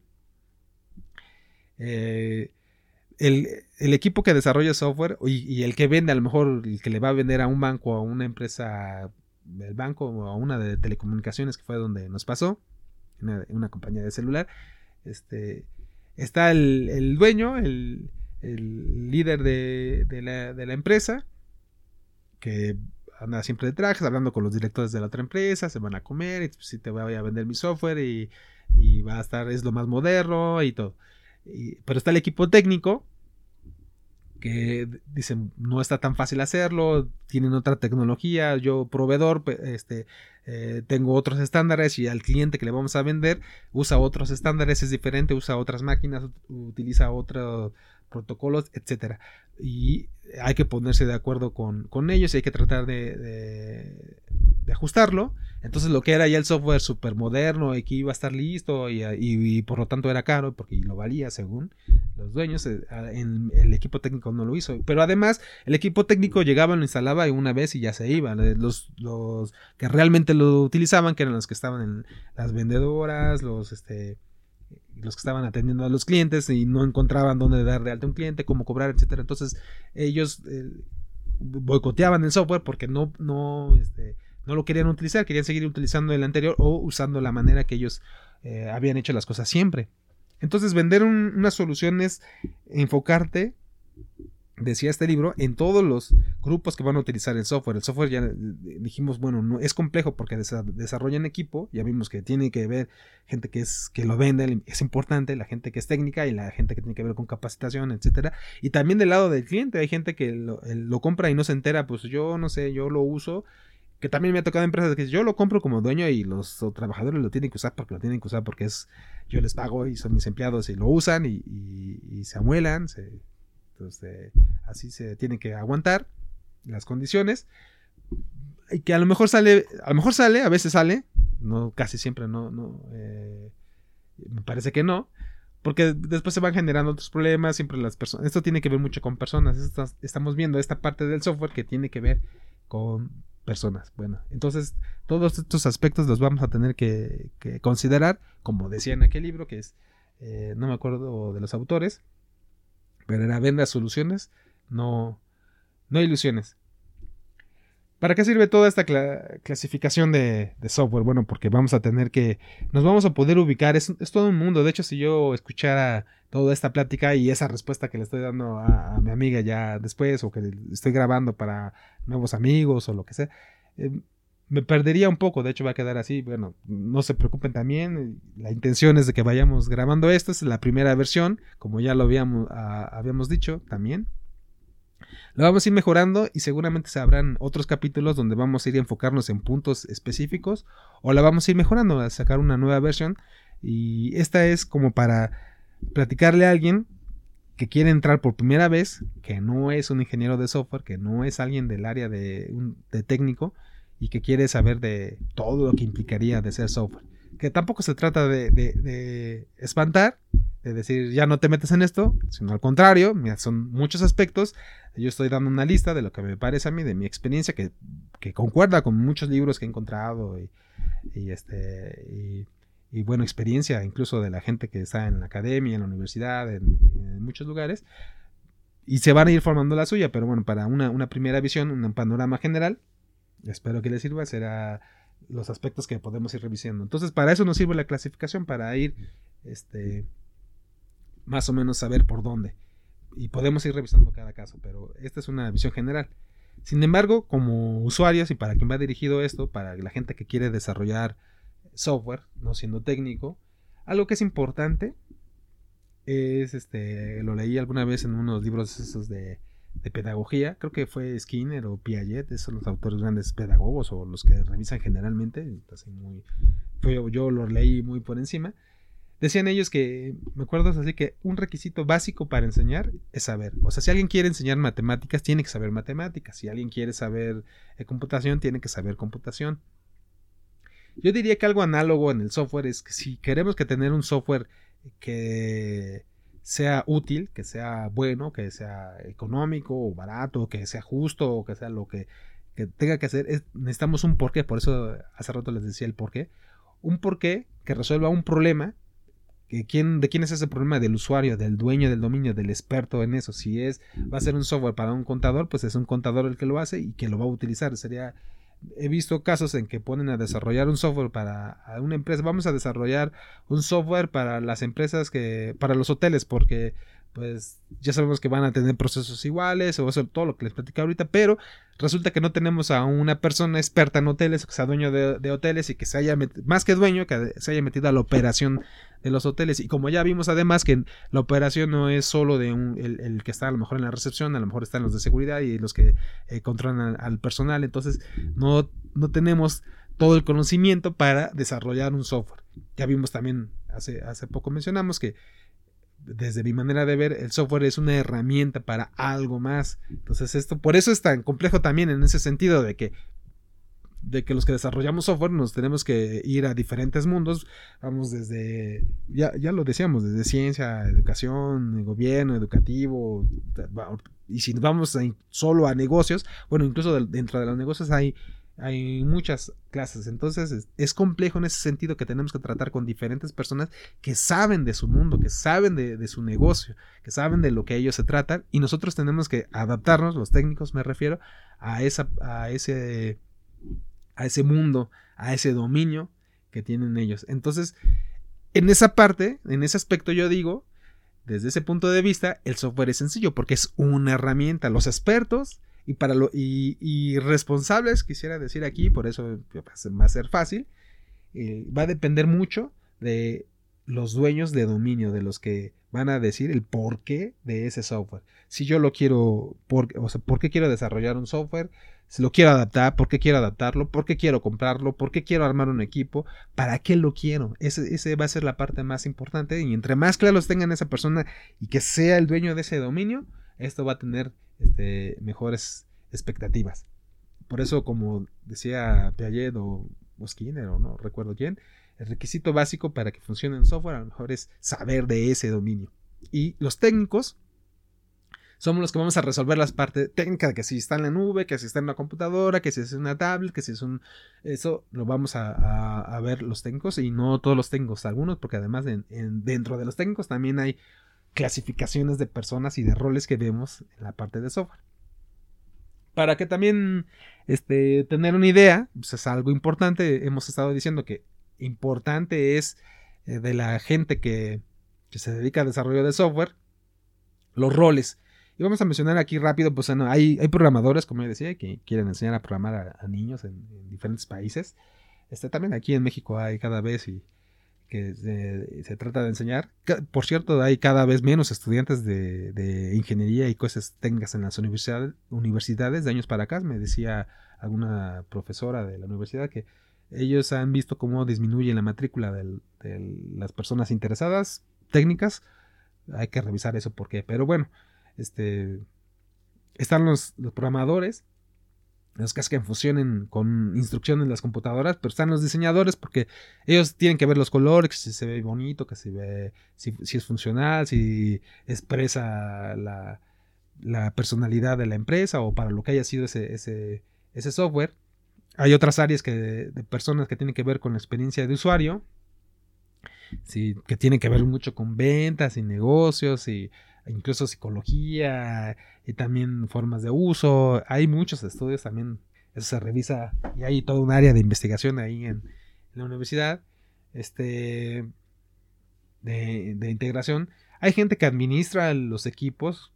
Eh, el, el equipo que desarrolla software y, y el que vende, a lo mejor el que le va a vender a un banco, a una empresa del banco o a una de telecomunicaciones, que fue donde nos pasó, una, una compañía de celular, este, está el, el dueño, el, el líder de, de, la, de la empresa, que anda siempre de trajes, hablando con los directores de la otra empresa, se van a comer, y pues, sí, te voy a vender mi software y, y va a estar, es lo más moderno y todo. Y, pero está el equipo técnico que dicen no está tan fácil hacerlo, tienen otra tecnología, yo proveedor este, eh, tengo otros estándares y al cliente que le vamos a vender usa otros estándares, es diferente, usa otras máquinas, utiliza otros protocolos, etcétera. Y hay que ponerse de acuerdo con, con ellos y hay que tratar de, de, de ajustarlo. Entonces lo que era ya el software súper moderno y que iba a estar listo y, y, y por lo tanto era caro porque lo valía según los dueños, en, el equipo técnico no lo hizo. Pero además el equipo técnico llegaba, lo instalaba una vez y ya se iba. Los, los que realmente lo utilizaban, que eran los que estaban en las vendedoras, los este los que estaban atendiendo a los clientes y no encontraban dónde dar de alta a un cliente, cómo cobrar, etcétera. Entonces ellos eh, boicoteaban el software porque no, no, este, no lo querían utilizar, querían seguir utilizando el anterior o usando la manera que ellos eh, habían hecho las cosas siempre. Entonces vender un, una solución es enfocarte, decía este libro, en todos los grupos que van a utilizar el software. El software ya dijimos, bueno, no es complejo porque desa- desarrolla en equipo, ya vimos que tiene que ver gente que es que lo vende, es importante, la gente que es técnica y la gente que tiene que ver con capacitación, etcétera. Y también del lado del cliente, hay gente que lo, lo compra y no se entera, pues yo no sé, yo lo uso, que también me ha tocado empresas que yo lo compro como dueño y los trabajadores lo tienen que usar porque lo tienen que usar porque es yo les pago y son mis empleados y lo usan y, y, y se amuelan, se Entonces, así se tiene que aguantar las condiciones. Y que a lo mejor sale, a lo mejor sale, a veces sale, no, casi siempre no, no eh, me parece que no, porque después se van generando otros problemas, siempre las personas, esto tiene que ver mucho con personas, esto, estamos viendo esta parte del software que tiene que ver con personas. Bueno, entonces todos estos aspectos los vamos a tener que, que considerar, como decía en aquel libro, que es eh, no me acuerdo de los autores, pero era venda soluciones, no, no ilusiones. ¿Para qué sirve toda esta cla- clasificación de, de software? Bueno, porque vamos a tener que, nos vamos a poder ubicar, es, es todo un mundo. De hecho, si yo escuchara toda esta plática y esa respuesta que le estoy dando a, a mi amiga ya después, o que estoy grabando para nuevos amigos o lo que sea, eh, me perdería un poco. De hecho, va a quedar así. Bueno, no se preocupen también, la intención es de que vayamos grabando esto, es la primera versión, como ya lo habíamos, a, habíamos dicho también. Lo vamos a ir mejorando y seguramente se habrán otros capítulos donde vamos a ir a enfocarnos en puntos específicos o la vamos a ir mejorando, a sacar una nueva versión. Y esta es como para platicarle a alguien que quiere entrar por primera vez, que no es un ingeniero de software, que no es alguien del área de, un, de técnico y que quiere saber de todo lo que implicaría de ser software. Que tampoco se trata de, de, de espantar, de decir ya no te metes en esto, sino al contrario, mira, son muchos aspectos. Yo estoy dando una lista de lo que me parece a mí, de mi experiencia, que, que concuerda con muchos libros que he encontrado y, y este y, y bueno, experiencia incluso de la gente que está en la academia, en la universidad, en, en muchos lugares, y se van a ir formando la suya. Pero bueno, para una, una primera visión, un panorama general, espero que les sirva, será los aspectos que podemos ir revisando. Entonces, para eso nos sirve la clasificación, para ir este más o menos saber por dónde, y podemos ir revisando cada caso, pero esta es una visión general. Sin embargo, como usuarios, y para quien va dirigido esto, para la gente que quiere desarrollar software, no siendo técnico, algo que es importante es, este, lo leí alguna vez en unos libros esos de, de pedagogía, creo que fue Skinner o Piaget, esos son los autores grandes pedagogos o los que revisan generalmente, entonces muy, fue, yo lo leí muy por encima. Decían ellos que, me acuerdo así, que un requisito básico para enseñar es saber. O sea, si alguien quiere enseñar matemáticas, tiene que saber matemáticas. Si alguien quiere saber eh, computación, tiene que saber computación. Yo diría que algo análogo en el software es que si queremos que tener un software que sea útil, que sea bueno, que sea económico o barato, que sea justo o que sea lo que, que tenga que hacer, es, necesitamos un porqué. Por eso hace rato les decía el porqué. Un porqué que resuelva un problema. ¿Quién, ¿De quién es ese problema? Del usuario, del dueño del dominio, del experto en eso. Si es, va a ser un software para un contador, pues es un contador el que lo hace y que lo va a utilizar. Sería, he visto casos en que ponen a desarrollar un software para una empresa. Vamos a desarrollar un software para las empresas que, para los hoteles, porque pues ya sabemos que van a tener procesos iguales o eso, todo lo que les platicé ahorita, pero resulta que no tenemos a una persona experta en hoteles, que sea dueño de, de hoteles y que se haya metido, más que dueño, que se haya metido a la operación de los hoteles. Y como ya vimos además que la operación no es solo de un, el, el que está a lo mejor en la recepción, a lo mejor están los de seguridad y los que eh, controlan al, al personal, entonces no, no tenemos todo el conocimiento para desarrollar un software. Ya vimos también, hace, hace poco mencionamos que desde mi manera de ver, el software es una herramienta para algo más. Entonces esto, por eso es tan complejo también en ese sentido de que de que los que desarrollamos software nos tenemos que ir a diferentes mundos. Vamos desde, ya, ya lo decíamos, desde ciencia, educación, gobierno, educativo, y si vamos a, solo a negocios, bueno, incluso de, dentro de los negocios hay Hay muchas clases. Entonces es, es complejo en ese sentido, que tenemos que tratar con diferentes personas que saben de su mundo, que saben de, de su negocio, que saben de lo que ellos se tratan, y nosotros tenemos que adaptarnos, los técnicos me refiero, a, esa, a, ese, a ese mundo, a ese dominio que tienen ellos. Entonces, en esa parte, en ese aspecto, yo digo, desde ese punto de vista, el software es sencillo porque es una herramienta. Los expertos Y para lo y, y responsables, quisiera decir aquí, por eso va a ser fácil, eh, va a depender mucho de los dueños de dominio, de los que van a decir el porqué de ese software. Si yo lo quiero, por, o sea, ¿por qué quiero desarrollar un software? Si lo quiero adaptar, ¿por qué quiero adaptarlo? ¿Por qué quiero comprarlo? ¿Por qué quiero armar un equipo? ¿Para qué lo quiero? Ese, ese va a ser la parte más importante, y entre más claros tengan esa persona y que sea el dueño de ese dominio, esto va a tener Este, mejores expectativas. Por eso, como decía Piaget o, o Skinner o no recuerdo quién, el requisito básico para que funcione un software a lo mejor es saber de ese dominio. Y los técnicos somos los que vamos a resolver las partes técnicas de que si está en la nube, que si está en una computadora, que si es una tablet, que si es un... Eso lo vamos a, a, a ver los técnicos y no todos los técnicos, algunos, porque además en, en, dentro de los técnicos también hay clasificaciones de personas y de roles que vemos en la parte de software. Para que también este, tener una idea, pues es algo importante, hemos estado diciendo que importante es eh, de la gente que, que se dedica al desarrollo de software, los roles. Y vamos a mencionar aquí rápido, pues bueno, hay, hay programadores, como yo decía, que quieren enseñar a programar a, a niños en, en diferentes países. Este, también aquí en México hay cada vez y que se, se trata de enseñar. Por cierto, hay cada vez menos estudiantes de, de ingeniería y cosas técnicas en las universidades, universidades de años para acá. Me decía alguna profesora de la universidad que ellos han visto cómo disminuye la matrícula del, de las personas interesadas, técnicas. Hay que revisar eso por qué. Pero bueno, este, están los, los programadores, los que hacen funcionen con instrucciones en las computadoras, pero están los diseñadores porque ellos tienen que ver los colores, si se ve bonito, que se ve, si, si es funcional, si expresa la, la personalidad de la empresa o para lo que haya sido ese, ese, ese software. Hay otras áreas que, de personas que tienen que ver con la experiencia de usuario, sí, que tienen que ver mucho con ventas y negocios y incluso psicología y también formas de uso. Hay muchos estudios también, eso se revisa y hay todo un área de investigación ahí en, en la universidad este de, de integración. Hay gente que administra los equipos,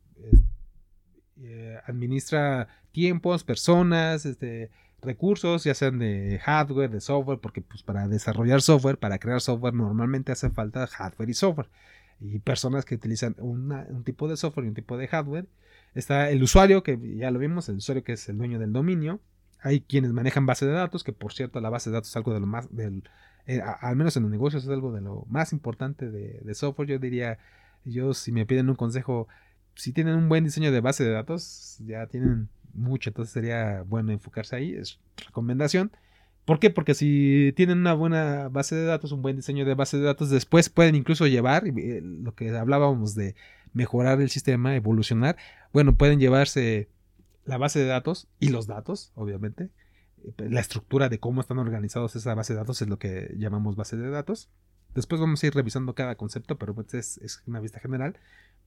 eh, administra tiempos, personas, este recursos, ya sean de hardware, de software, porque pues para desarrollar software, para crear software normalmente hace falta hardware y software. Y personas que utilizan una, un tipo de software y un tipo de hardware. Está el usuario, que ya lo vimos, el usuario que es el dueño del dominio. Hay quienes manejan base de datos, que por cierto la base de datos es algo de lo más, del, eh, a, al menos en los negocios es algo de lo más importante de, de software. Yo diría, yo si me piden un consejo, si tienen un buen diseño de base de datos, ya tienen mucho, entonces sería bueno enfocarse ahí, es recomendación. ¿Por qué? Porque si tienen una buena base de datos, un buen diseño de base de datos, después pueden incluso llevar, eh, lo que hablábamos de mejorar el sistema, evolucionar, bueno, pueden llevarse la base de datos y los datos, obviamente, la estructura de cómo están organizados esa base de datos es lo que llamamos base de datos. Después vamos a ir revisando cada concepto, pero pues es, es una vista general.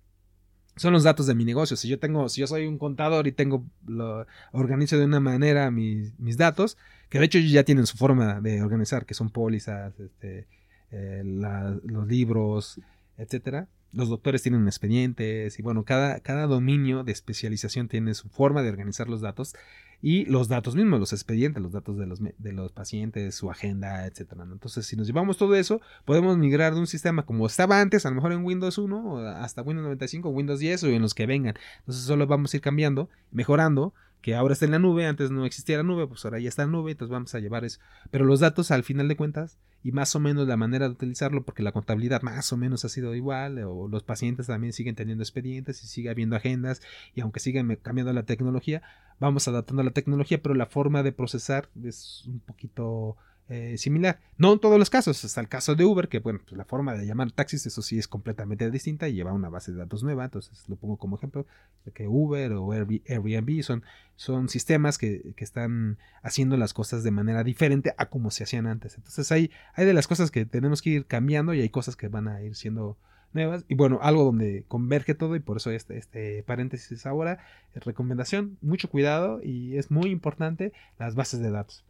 Son los datos de mi negocio. Si yo tengo, si yo soy un contador y tengo, lo organizo de una manera mis, mis datos, que de hecho ya tienen su forma de organizar, que son pólizas, este, eh, la, los libros, etcétera. Los doctores tienen expedientes y bueno, cada, cada dominio de especialización tiene su forma de organizar los datos y los datos mismos, los expedientes, los datos de los, de los pacientes, su agenda, etcétera. Entonces, si nos llevamos todo eso, podemos migrar de un sistema como estaba antes, a lo mejor en Windows uno hasta Windows noventa y cinco, Windows diez o en los que vengan. Entonces, solo vamos a ir cambiando, mejorando, que ahora está en la nube, antes no existía la nube, pues ahora ya está en la nube, entonces vamos a llevar eso. Pero los datos, al final de cuentas, y más o menos la manera de utilizarlo, porque la contabilidad más o menos ha sido igual, o los pacientes también siguen teniendo expedientes y sigue habiendo agendas, y aunque sigan cambiando la tecnología, vamos adaptando la tecnología, pero la forma de procesar es un poquito eh, similar. No en todos los casos, está el caso de Uber, que bueno, pues la forma de llamar taxis, eso sí es completamente distinta y lleva una base de datos nueva, entonces lo pongo como ejemplo, de que Uber o Airbnb son, son sistemas que, que están haciendo las cosas de manera diferente a como se hacían antes. Entonces hay, hay de las cosas que tenemos que ir cambiando y hay cosas que van a ir siendo nuevas. Y bueno, algo donde converge todo y por eso este, este paréntesis ahora, es recomendación, mucho cuidado y es muy importante las bases de datos.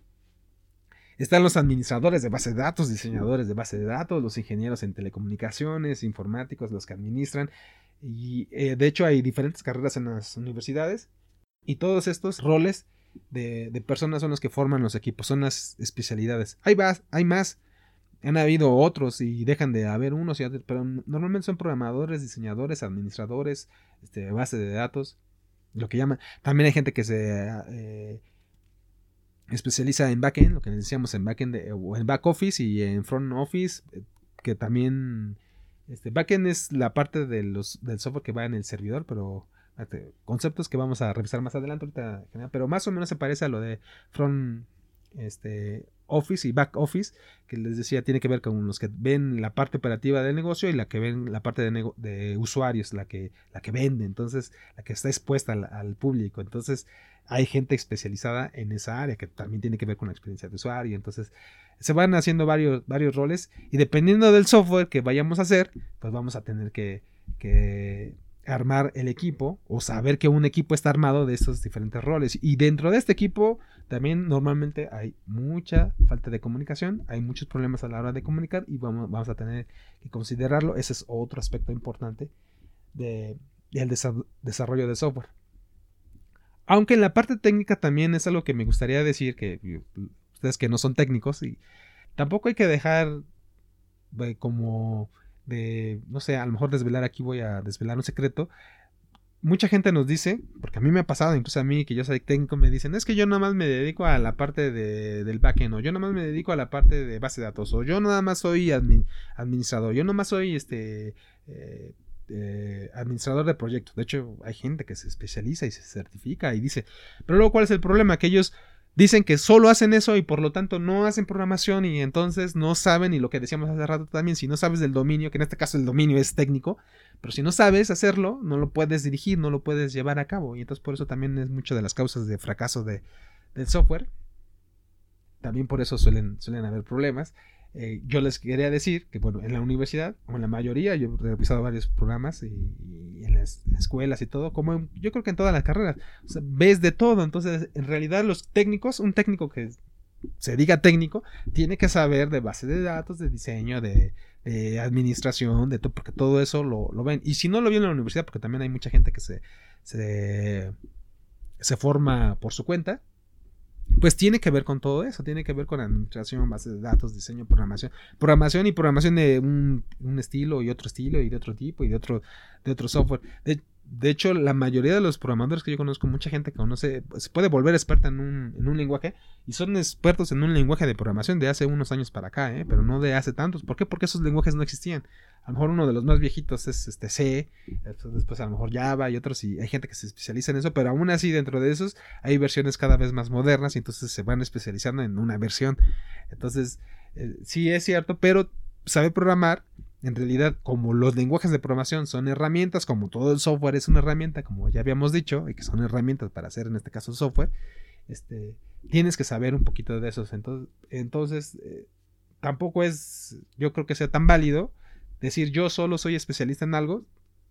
Están los administradores de base de datos, diseñadores de base de datos, los ingenieros en telecomunicaciones, informáticos, los que administran. Y eh, de hecho hay diferentes carreras en las universidades y todos estos roles de, de personas son los que forman los equipos, son las especialidades. Hay más, hay más, han habido otros y dejan de haber unos y otros, pero normalmente son programadores, diseñadores, administradores, este, base de datos, lo que llaman. También hay gente que se eh, especializa en backend, lo que decíamos en backend de, o en back office y en front office, que también este backend es la parte de los, del software que va en el servidor, pero este, conceptos que vamos a revisar más adelante ahorita, pero más o menos se parece a lo de front este office y back office, que les decía, tiene que ver con los que ven la parte operativa del negocio y la que ven la parte de, nego- de usuarios, la que, la que vende, entonces la que está expuesta al, al público. Entonces hay gente especializada en esa área que también tiene que ver con la experiencia de usuario. Entonces se van haciendo varios, varios roles y dependiendo del software que vayamos a hacer, pues vamos a tener que, que armar el equipo o saber que un equipo está armado de estos diferentes roles. Y dentro de este equipo también normalmente hay mucha falta de comunicación, hay muchos problemas a la hora de comunicar y vamos, vamos a tener que considerarlo. Ese es otro aspecto importante de, del desa- desarrollo de software. Aunque en la parte técnica también es algo que me gustaría decir, que ustedes que no son técnicos, y tampoco hay que dejar eh, como de, no sé, a lo mejor desvelar, aquí voy a desvelar un secreto. Mucha gente nos dice, porque a mí me ha pasado, incluso a mí que yo soy técnico, me dicen, es que yo nada más me dedico a la parte de, del backend, o yo nada más me dedico a la parte de base de datos, o yo nada más soy admin, administrador, yo nada más soy este eh, eh, administrador de proyectos. De hecho, hay gente que se especializa y se certifica y dice, pero luego, ¿cuál es el problema? Que ellos dicen que solo hacen eso y por lo tanto no hacen programación y entonces no saben, y lo que decíamos hace rato también, si no sabes del dominio, que en este caso el dominio es técnico, pero si no sabes hacerlo, no lo puedes dirigir, no lo puedes llevar a cabo. Y entonces por eso también es muchas de las causas de fracaso de, del software. También por eso suelen, suelen haber problemas. Eh, yo les quería decir que, bueno, en la universidad, o en la mayoría, yo he revisado varios programas y, y en las escuelas y todo, como en, yo creo que en todas las carreras, o sea, ves de todo. Entonces, en realidad, los técnicos, un técnico que se diga técnico, tiene que saber de base de datos, de diseño, de, de administración, de todo, porque todo eso lo, lo ven. Y si no lo ven en la universidad, porque también hay mucha gente que se, se, se forma por su cuenta, pues tiene que ver con todo eso, tiene que ver con administración, base de datos, diseño, programación, programación y programación de un, un estilo y otro estilo y de otro tipo y de otro, de otro software. De, de hecho, la mayoría de los programadores que yo conozco, mucha gente que conoce, se puede volver experta en un, en un lenguaje y son expertos en un lenguaje de programación de hace unos años para acá, ¿eh? Pero no de hace tantos. ¿Por qué? Porque esos lenguajes no existían. A lo mejor uno de los más viejitos es este C, después a lo mejor Java y otros, y hay gente que se especializa en eso, pero aún así dentro de esos hay versiones cada vez más modernas y entonces se van especializando en una versión. Entonces, eh, sí es cierto, pero saber programar, en realidad, como los lenguajes de programación son herramientas, como todo el software es una herramienta, como ya habíamos dicho, y que son herramientas para hacer en este caso software, este, tienes que saber un poquito de esos. Entonces, entonces eh, tampoco es, yo creo que sea tan válido decir yo solo soy especialista en algo,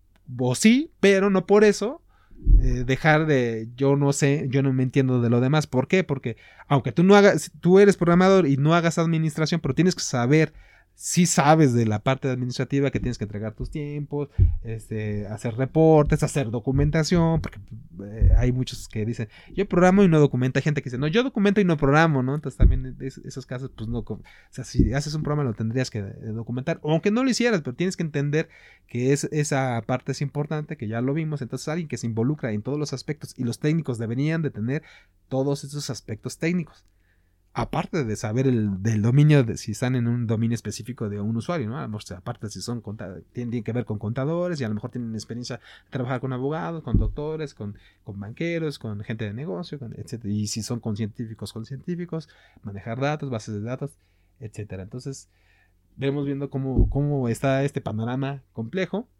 o sí, pero no por eso eh, dejar de yo no sé, yo no me entiendo de lo demás. ¿Por qué? Porque aunque tú no hagas, tú eres programador y no hagas administración, pero tienes que saber, si sabes de la parte administrativa, que tienes que entregar tus tiempos, este, hacer reportes, hacer documentación, porque eh, hay muchos que dicen, yo programo y no documento. Hay gente que dice, no, yo documento y no programo, ¿no? Entonces también es, esos casos, pues no, o sea, si haces un programa lo tendrías que documentar, aunque no lo hicieras, pero tienes que entender que es, esa parte es importante, que ya lo vimos. Entonces alguien que se involucra en todos los aspectos, y los técnicos deberían de tener todos esos aspectos técnicos. Aparte de saber el del dominio, de si están en un dominio específico de un usuario, ¿no? A lo mejor, aparte si son tienen, tienen que ver con contadores y a lo mejor tienen experiencia de trabajar con abogados, con doctores, con, con banqueros, con gente de negocio, con, etcétera. Y si son con científicos, con científicos, manejar datos, bases de datos, etcétera. Entonces, vemos viendo cómo, cómo está este panorama complejo,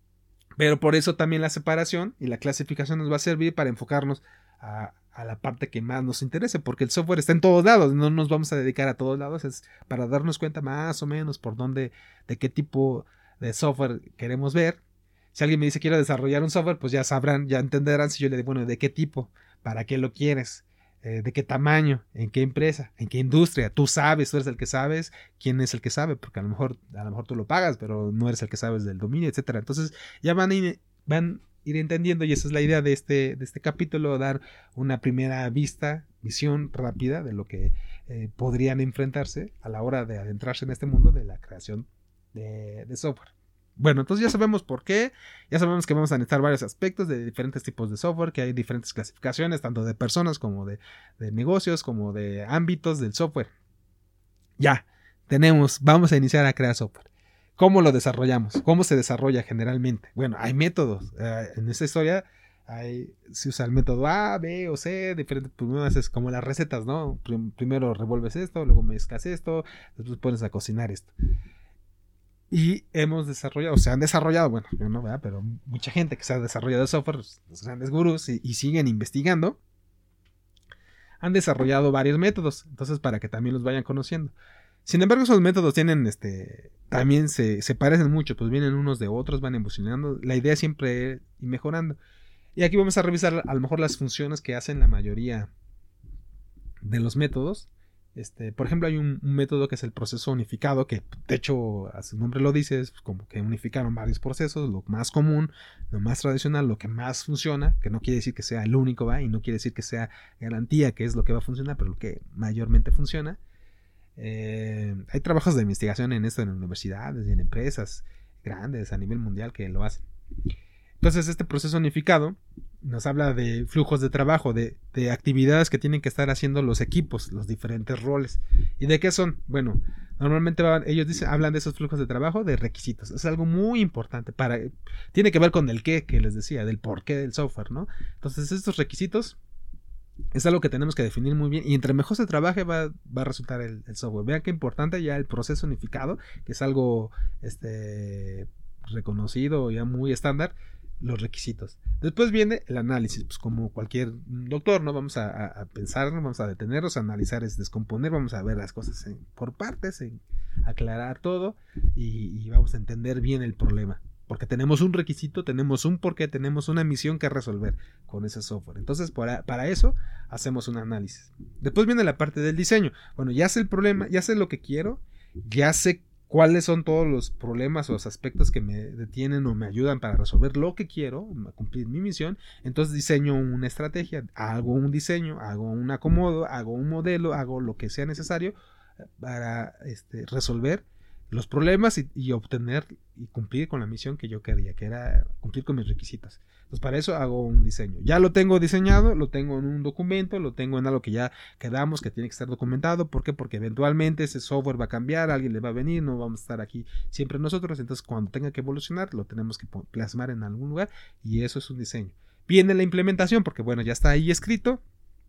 pero por eso también la separación y la clasificación nos va a servir para enfocarnos a a la parte que más nos interese, porque el software está en todos lados, no nos vamos a dedicar a todos lados, es para darnos cuenta más o menos por dónde, de qué tipo de software queremos ver. Si alguien me dice quiero desarrollar un software, pues ya sabrán, ya entenderán si yo le digo, bueno, de qué tipo, para qué lo quieres, eh, de qué tamaño, en qué empresa, en qué industria. Tú sabes, tú eres el que sabes quién es el que sabe, porque a lo mejor, a lo mejor tú lo pagas, pero no eres el que sabes del dominio, etcétera. Entonces ya van a ir, van ir entendiendo, y esa es la idea de este, de este capítulo, dar una primera vista, visión rápida de lo que eh, podrían enfrentarse a la hora de adentrarse en este mundo de la creación de, de software. Bueno, entonces ya sabemos por qué, ya sabemos que vamos a necesitar varios aspectos de diferentes tipos de software, que hay diferentes clasificaciones, tanto de personas como de, de negocios, como de ámbitos del software. Ya, tenemos, vamos a iniciar a crear software. ¿Cómo lo desarrollamos? ¿Cómo se desarrolla generalmente? Bueno, hay métodos. Eh, en esta historia hay, se usa el método A, B o C, diferentes, primero haces como las recetas, ¿no? Primero revuelves esto, luego mezclas esto, después pones a cocinar esto. Y hemos desarrollado, o se han desarrollado, bueno, yo no, ¿verdad? Pero mucha gente que se ha desarrollado software, los grandes gurús, y, y siguen investigando, han desarrollado varios métodos, entonces para que también los vayan conociendo. Sin embargo, esos métodos tienen, este, también se, se parecen mucho, pues vienen unos de otros, van evolucionando. La idea siempre es ir mejorando. Y aquí vamos a revisar a lo mejor las funciones que hacen la mayoría de los métodos. Este, por ejemplo, hay un, un método que es el proceso unificado, que de hecho, a su nombre lo dice, es como que unificaron varios procesos, lo más común, lo más tradicional, lo que más funciona, que no quiere decir que sea el único, ¿va? Y no quiere decir que sea garantía que es lo que va a funcionar, pero lo que mayormente funciona. Eh, hay trabajos de investigación en esto en universidades y en empresas grandes a nivel mundial que lo hacen. Entonces este proceso unificado nos habla de flujos de trabajo, de, de actividades que tienen que estar haciendo los equipos, los diferentes roles. ¿Y de qué son? Bueno, normalmente van, ellos dicen, hablan de esos flujos de trabajo, de requisitos. Es algo muy importante. Para, tiene que ver con el qué, que les decía, del porqué del software, ¿no? Entonces estos requisitos es algo que tenemos que definir muy bien, y entre mejor se trabaje va, va a resultar el, el software. Vean qué importante ya el proceso unificado, que es algo este, reconocido, ya muy estándar, los requisitos. Después viene el análisis, pues como cualquier doctor, ¿no? Vamos a, a, a pensar, vamos a detenernos, a analizar, es descomponer, vamos a ver las cosas en, por partes, en, aclarar todo, y, y vamos a entender bien el problema. Porque tenemos un requisito, tenemos un porqué, tenemos una misión que resolver con ese software. Entonces, para, para eso, hacemos un análisis. Después viene la parte del diseño. Bueno, ya sé el problema, ya sé lo que quiero, ya sé cuáles son todos los problemas o los aspectos que me detienen o me ayudan para resolver lo que quiero, cumplir mi misión. Entonces, diseño una estrategia, hago un diseño, hago un acomodo, hago un modelo, hago lo que sea necesario para este, resolver los problemas y, y obtener y cumplir con la misión que yo quería, que era cumplir con mis requisitos. Entonces para eso hago un diseño. Ya lo tengo diseñado, lo tengo en un documento, lo tengo en algo que ya quedamos que tiene que estar documentado. ¿Por qué? Porque eventualmente ese software va a cambiar, alguien le va a venir, no vamos a estar aquí siempre nosotros. Entonces cuando tenga que evolucionar lo tenemos que plasmar en algún lugar, y eso es un diseño. Viene la implementación, porque bueno, ya está ahí escrito.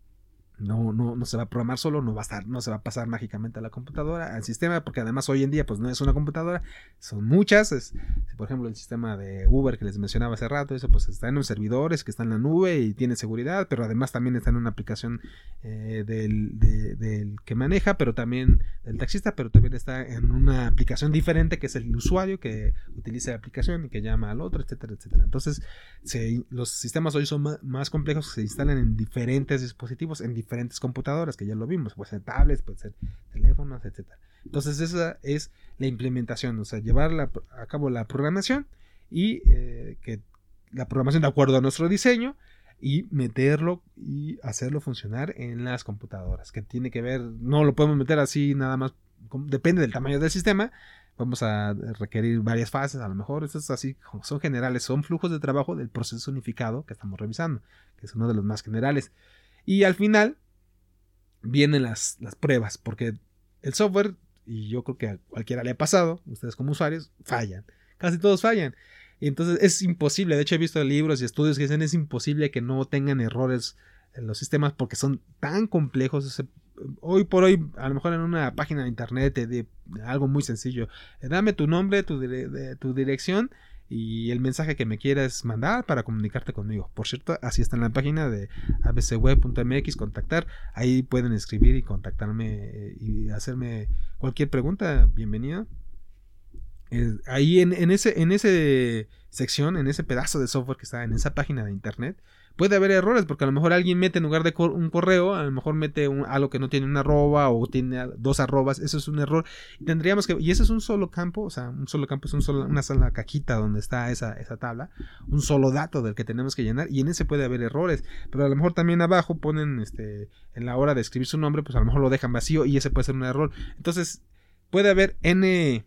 No, no, no se va a programar solo, no va a estar, no se va a pasar mágicamente a la computadora, al sistema, porque además hoy en día pues no es una computadora, son muchas. Es, por ejemplo, el sistema de Uber que les mencionaba hace rato, eso pues está en los servidores que está en la nube y tiene seguridad, pero además también está en una aplicación eh, del, de, del que maneja, pero también del taxista, pero también está en una aplicación diferente que es el usuario que utiliza la aplicación y que llama al otro, etcétera, etcétera. Entonces se, los sistemas hoy son más, más complejos, se instalan en diferentes dispositivos, en diferentes computadoras, que ya lo vimos, puede ser tablets, puede ser teléfonos, etcétera. Entonces esa es la implementación, o sea, llevar la, a cabo la programación y eh, que la programación de acuerdo a nuestro diseño y meterlo y hacerlo funcionar en las computadoras, que tiene que ver, no lo podemos meter así nada más, depende del tamaño del sistema, vamos a requerir varias fases, a lo mejor estos así son generales, son flujos de trabajo del proceso unificado que estamos revisando, que es uno de los más generales. Y al final vienen las, las pruebas, porque el software, y yo creo que a cualquiera le ha pasado, ustedes como usuarios, fallan, casi todos fallan, y entonces es imposible, de hecho he visto libros y estudios que dicen es imposible que no tengan errores en los sistemas porque son tan complejos. Hoy por hoy, a lo mejor en una página de internet de, de algo muy sencillo, dame tu nombre, tu, dire, de, tu dirección y el mensaje que me quieras mandar para comunicarte conmigo. Por cierto, así está en la página de a b c web punto m x, contactar, ahí pueden escribir y contactarme y hacerme cualquier pregunta, bienvenido. Eh, ahí en, en ese en ese sección, en ese pedazo de software que está en esa página de internet, puede haber errores, porque a lo mejor alguien mete en lugar de cor- un correo, a lo mejor mete un, algo que no tiene una arroba o tiene dos arrobas, eso es un error. Y tendríamos que, y ese es un solo campo, o sea, un solo campo es un solo, una sola cajita donde está esa, esa tabla, un solo dato del que tenemos que llenar, y en ese puede haber errores, pero a lo mejor también abajo ponen, este, en la hora de escribir su nombre, pues a lo mejor lo dejan vacío y ese puede ser un error. Entonces, puede haber n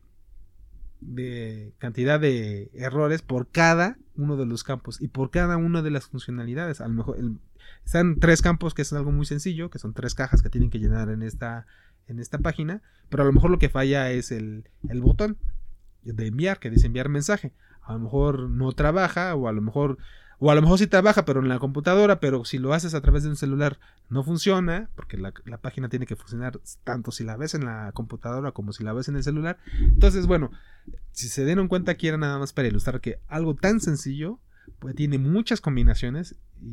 de cantidad de errores por cada uno de los campos y por cada una de las funcionalidades. A lo mejor el, están tres campos, que es algo muy sencillo, que son tres cajas que tienen que llenar en esta, en esta página, pero a lo mejor lo que falla es el, el botón de enviar, que dice enviar mensaje. a lo mejor no trabaja, o a lo mejor, o a lo mejor sí trabaja, pero en la computadora, pero si lo haces a través de un celular no funciona, porque la, la página tiene que funcionar tanto si la ves en la computadora como si la ves en el celular. Entonces, bueno, si se dieron cuenta aquí era nada más para ilustrar que algo tan sencillo pues tiene muchas combinaciones,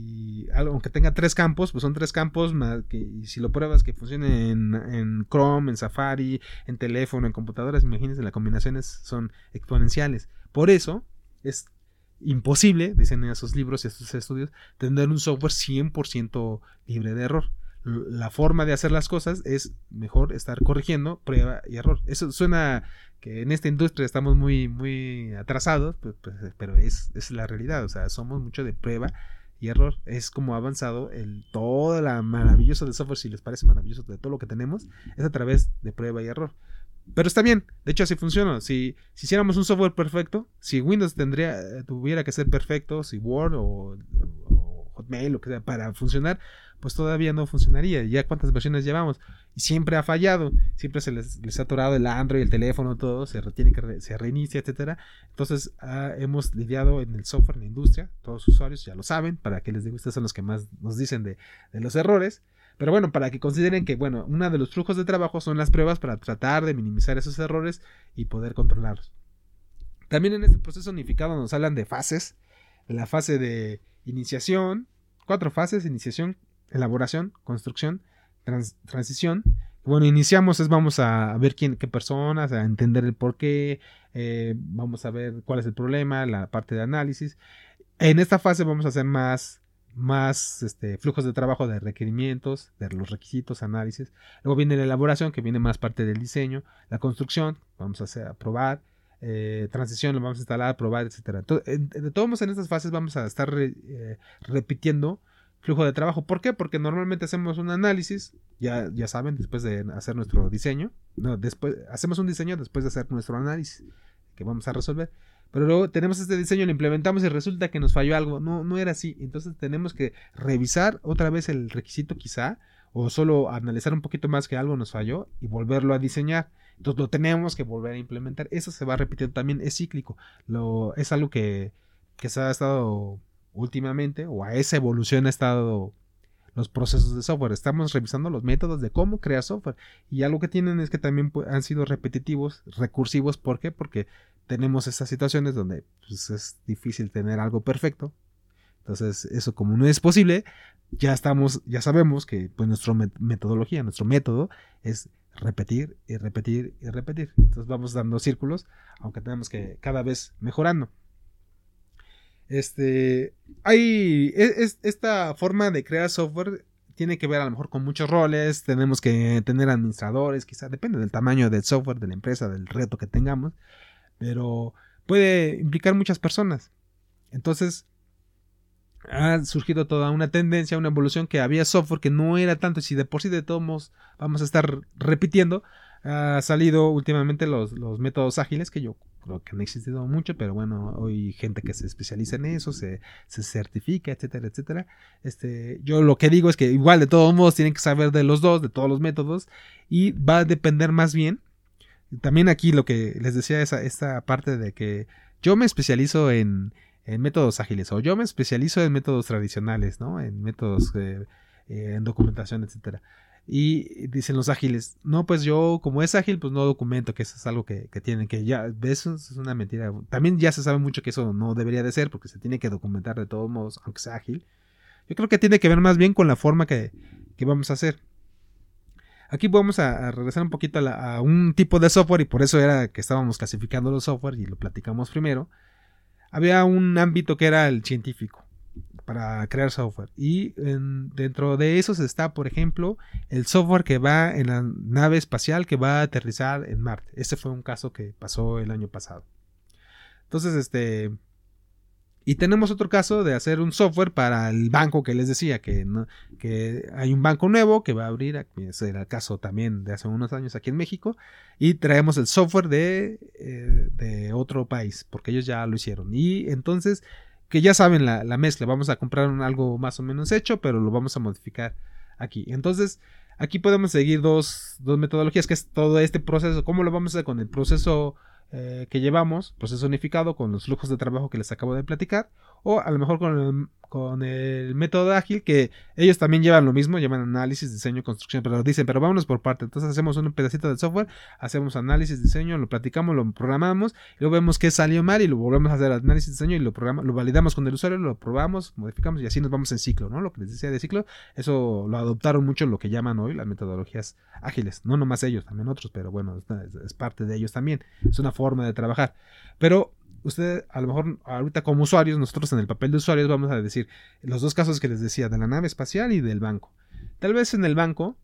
y aunque tenga tres campos, pues son tres campos que, y si lo pruebas que funcione en, en Chrome, en Safari, en teléfono, en computadoras, imagínense, las combinaciones son exponenciales. Por eso es imposible, dicen en esos libros y esos estudios, tener un software cien por ciento libre de error. La forma de hacer las cosas es mejor estar corrigiendo prueba y error. Eso suena que en esta industria estamos muy, muy atrasados, pues, pues, pero es, es la realidad. O sea, somos mucho de prueba y error. Es como ha avanzado el, todo la maravilloso de software, si les parece maravilloso de todo lo que tenemos, es a través de prueba y error. Pero está bien, de hecho así funciona. Si, si hiciéramos un software perfecto, si Windows tendría, tuviera que ser perfecto, si Word o, o Hotmail, lo que sea, para funcionar, pues todavía no funcionaría. Ya cuántas versiones llevamos y siempre ha fallado, siempre se les, les ha atorado el Android, el teléfono, todo, se retiene que re, se reinicia, etcétera. Entonces ah, hemos lidiado en el software, en la industria, todos los usuarios ya lo saben, para que les digo, ustedes son los que más nos dicen de, de los errores. Pero bueno, para que consideren que, bueno, uno de los flujos de trabajo son las pruebas para tratar de minimizar esos errores y poder controlarlos. También en este proceso unificado nos hablan de fases, de la fase de iniciación, cuatro fases: iniciación, elaboración, construcción, trans, transición. Bueno, iniciamos es vamos a ver quién, qué personas, a entender el por qué, eh, vamos a ver cuál es el problema, la parte de análisis. En esta fase vamos a hacer más más este, flujos de trabajo de requerimientos, de los requisitos, análisis. Luego viene la elaboración, que viene más parte del diseño. La construcción, vamos a hacer a probar. Eh, transición, lo vamos a instalar, probar, etcétera. Entonces, de todos modos, en estas fases vamos a estar re, eh, repitiendo flujo de trabajo. ¿Por qué? Porque normalmente hacemos un análisis, ya, ya saben, después de hacer nuestro diseño. No, después, hacemos un diseño después de hacer nuestro análisis, que vamos a resolver. Pero luego tenemos este diseño, lo implementamos y resulta que nos falló algo. No, no era así. Entonces tenemos que revisar otra vez el requisito quizá, o solo analizar un poquito más que algo nos falló y volverlo a diseñar. Entonces lo tenemos que volver a implementar. Eso se va repitiendo también, es cíclico. Lo, es algo que, que se ha estado últimamente, o a esa evolución ha estado los procesos de software. Estamos revisando los métodos de cómo crear software. Y algo que tienen es que también han sido repetitivos, recursivos. ¿Por qué? Porque tenemos estas situaciones donde pues, es difícil tener algo perfecto. Entonces, eso como no es posible, ya estamos, ya sabemos que pues nuestra metodología, nuestro método es repetir y repetir y repetir. Entonces vamos dando círculos, aunque tenemos que cada vez mejorando. Este, hay es, esta forma de crear software tiene que ver a lo mejor con muchos roles. Tenemos que tener administradores, quizá depende del tamaño del software, de la empresa, del reto que tengamos, pero puede implicar muchas personas. Entonces ha surgido toda una tendencia, una evolución, que había software que no era tanto, y si de por sí de todos modos vamos a estar repitiendo, ha salido últimamente los, los métodos ágiles, que yo creo que han existido mucho, pero bueno, hoy hay gente que se especializa en eso, se, se certifica, etcétera, etcétera. Este, yo lo que digo es que igual de todos modos tienen que saber de los dos, de todos los métodos, y va a depender más bien. También aquí lo que les decía, esa, esta parte de que yo me especializo en, en métodos ágiles, o yo me especializo en métodos tradicionales, ¿no? En métodos, eh, eh, en documentación, etcétera. Y dicen los ágiles, no, pues yo como es ágil, pues no documento, que eso es algo que, que tienen que ya, eso es una mentira. También ya se sabe mucho que eso no debería de ser, porque se tiene que documentar de todos modos, aunque sea ágil. Yo creo que tiene que ver más bien con la forma que, que vamos a hacer. Aquí vamos a, a regresar un poquito a, la, a un tipo de software, y por eso era que estábamos clasificando los software y lo platicamos primero. Había un ámbito que era el científico, para crear software, y en, dentro de esos está, por ejemplo, el software que va en la nave espacial que va a aterrizar en Marte. Ese fue un caso que pasó el año pasado. Entonces, este... y tenemos otro caso de hacer un software para el banco que les decía, que, ¿no? que hay un banco nuevo que va a abrir, ese era el caso también de hace unos años aquí en México, y traemos el software de, eh, de otro país, porque ellos ya lo hicieron. Y entonces, que ya saben la, la mezcla, vamos a comprar un, algo más o menos hecho, pero lo vamos a modificar aquí. Entonces, aquí podemos seguir dos, dos metodologías, que es todo este proceso. ¿Cómo lo vamos a hacer con el proceso eh, que llevamos, proceso unificado con los flujos de trabajo que les acabo de platicar, o a lo mejor con el, con el método ágil, que ellos también llevan lo mismo, llevan análisis, diseño, construcción, pero dicen, pero vámonos por parte. Entonces hacemos un pedacito del software, hacemos análisis, diseño, lo platicamos, lo programamos, y luego vemos que salió mal y lo volvemos a hacer análisis, diseño y lo programamos, lo validamos con el usuario, lo probamos, modificamos y así nos vamos en ciclo, ¿no? Lo que les decía de ciclo, eso lo adoptaron mucho lo que llaman hoy las metodologías ágiles, no nomás ellos, también otros, pero bueno, es, es parte de ellos también, es una forma de trabajar. Pero usted, a lo mejor ahorita como usuarios, nosotros en el papel de usuarios vamos a decir los dos casos que les decía, de la nave espacial y del banco. Tal vez en el banco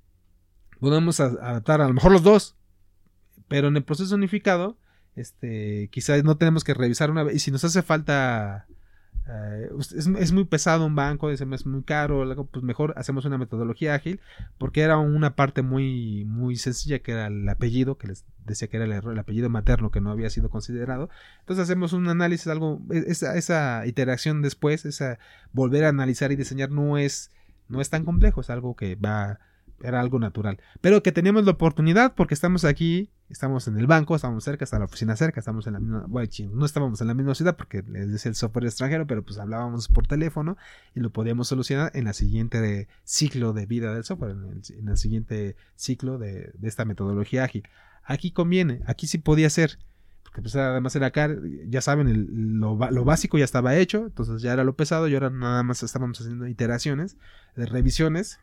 podemos adaptar a lo mejor los dos, pero en el proceso unificado, este, quizás no tenemos que revisar una vez, y si nos hace falta, eh, es, es muy pesado un banco, es muy caro, pues mejor hacemos una metodología ágil, porque era una parte muy, muy sencilla, que era el apellido, que les decía que era el error, el apellido materno que no había sido considerado. Entonces hacemos un análisis, algo, esa, esa iteración después, esa volver a analizar y diseñar no es, no es tan complejo, es algo que va, era algo natural, pero que teníamos la oportunidad porque estamos aquí, estamos en el banco, estamos cerca, está la oficina cerca, estamos en la misma, bueno, no estábamos en la misma ciudad porque les decía el software extranjero, pero pues hablábamos por teléfono y lo podíamos solucionar en el siguiente ciclo de vida del software, en el, en el siguiente ciclo de, de esta metodología ágil. Aquí conviene, aquí sí podía ser, porque pues además era acá, ya saben, el, lo, lo básico ya estaba hecho, entonces ya era lo pesado y ahora nada más estábamos haciendo iteraciones, de revisiones,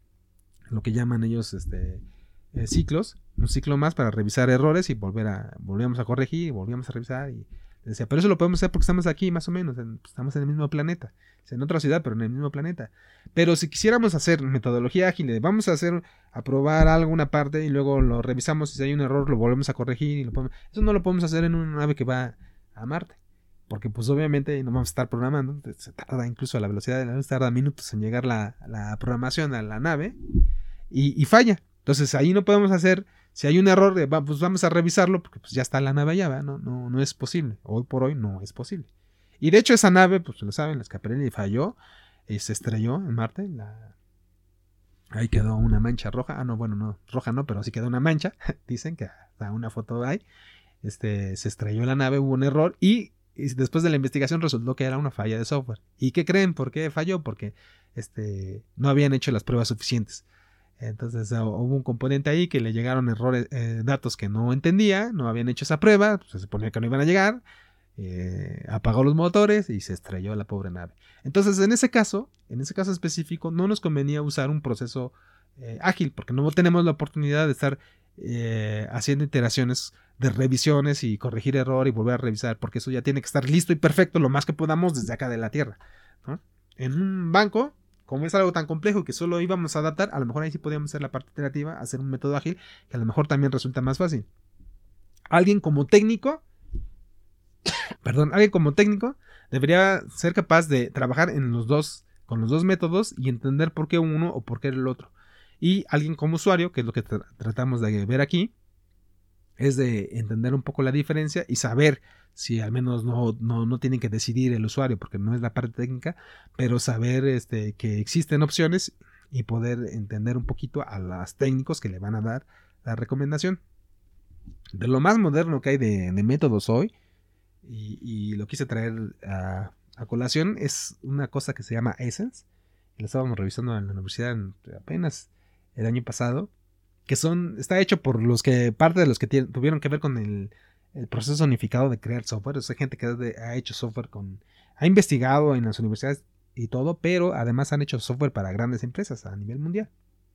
lo que llaman ellos este, eh, ciclos, un ciclo más para revisar errores y volver a, volvíamos a corregir y volvíamos a revisar y decía, pero eso lo podemos hacer porque estamos aquí más o menos, en, estamos en el mismo planeta, o sea, en otra ciudad pero en el mismo planeta. Pero si quisiéramos hacer metodología ágil, vamos a hacer, a probar alguna parte y luego lo revisamos y si hay un error lo volvemos a corregir y lo podemos, eso no lo podemos hacer en una nave que va a Marte, porque pues obviamente no vamos a estar programando, se tarda incluso a la velocidad de la luz, tarda minutos en llegar la, la programación a la nave y, y falla. Entonces ahí no podemos hacer, si hay un error, pues vamos a revisarlo porque pues ya está la nave allá, ¿verdad? No, no, no es posible, hoy por hoy no es posible. Y de hecho esa nave, pues lo saben, la Schiaparelli falló, y se estrelló en Marte, la... ahí quedó una mancha roja, ah no, bueno, no, roja no, pero sí quedó una mancha, dicen que hasta una foto hay, este, se estrelló la nave, hubo un error y Y después de la investigación resultó que era una falla de software. ¿Y qué creen? ¿Por qué falló? Porque este, no habían hecho las pruebas suficientes. Entonces hubo un componente ahí que le llegaron errores, eh, datos que no entendía, no habían hecho esa prueba, pues se suponía que no iban a llegar, eh, apagó los motores y se estrelló la pobre nave. Entonces en ese caso, en ese caso específico, no nos convenía usar un proceso eh, ágil, porque no tenemos la oportunidad de estar eh, haciendo iteraciones de revisiones y corregir error y volver a revisar, porque eso ya tiene que estar listo y perfecto lo más que podamos desde acá de la Tierra, ¿no? En un banco, como es algo tan complejo que solo íbamos a adaptar, a lo mejor ahí sí podíamos hacer la parte iterativa, hacer un método ágil que a lo mejor también resulta más fácil. Alguien como técnico, perdón, alguien como técnico debería ser capaz de trabajar en los dos, con los dos métodos y entender por qué uno o por qué el otro. Y alguien como usuario, que es lo que tra- tratamos de ver aquí, es de entender un poco la diferencia y saber si al menos no, no, no tienen que decidir el usuario porque no es la parte técnica, pero saber este, que existen opciones y poder entender un poquito a los técnicos que le van a dar la recomendación. De lo más moderno que hay de, de métodos hoy, y, y lo quise traer a, a colación, es una cosa que se llama Essence, lo estábamos revisando en la universidad apenas el año pasado, que son, está hecho por los que, parte de los que tienen, tuvieron que ver con el, el proceso unificado de crear software. O sea, gente que de, ha hecho software con, ha investigado en las universidades y todo, pero además han hecho software para grandes empresas a nivel mundial.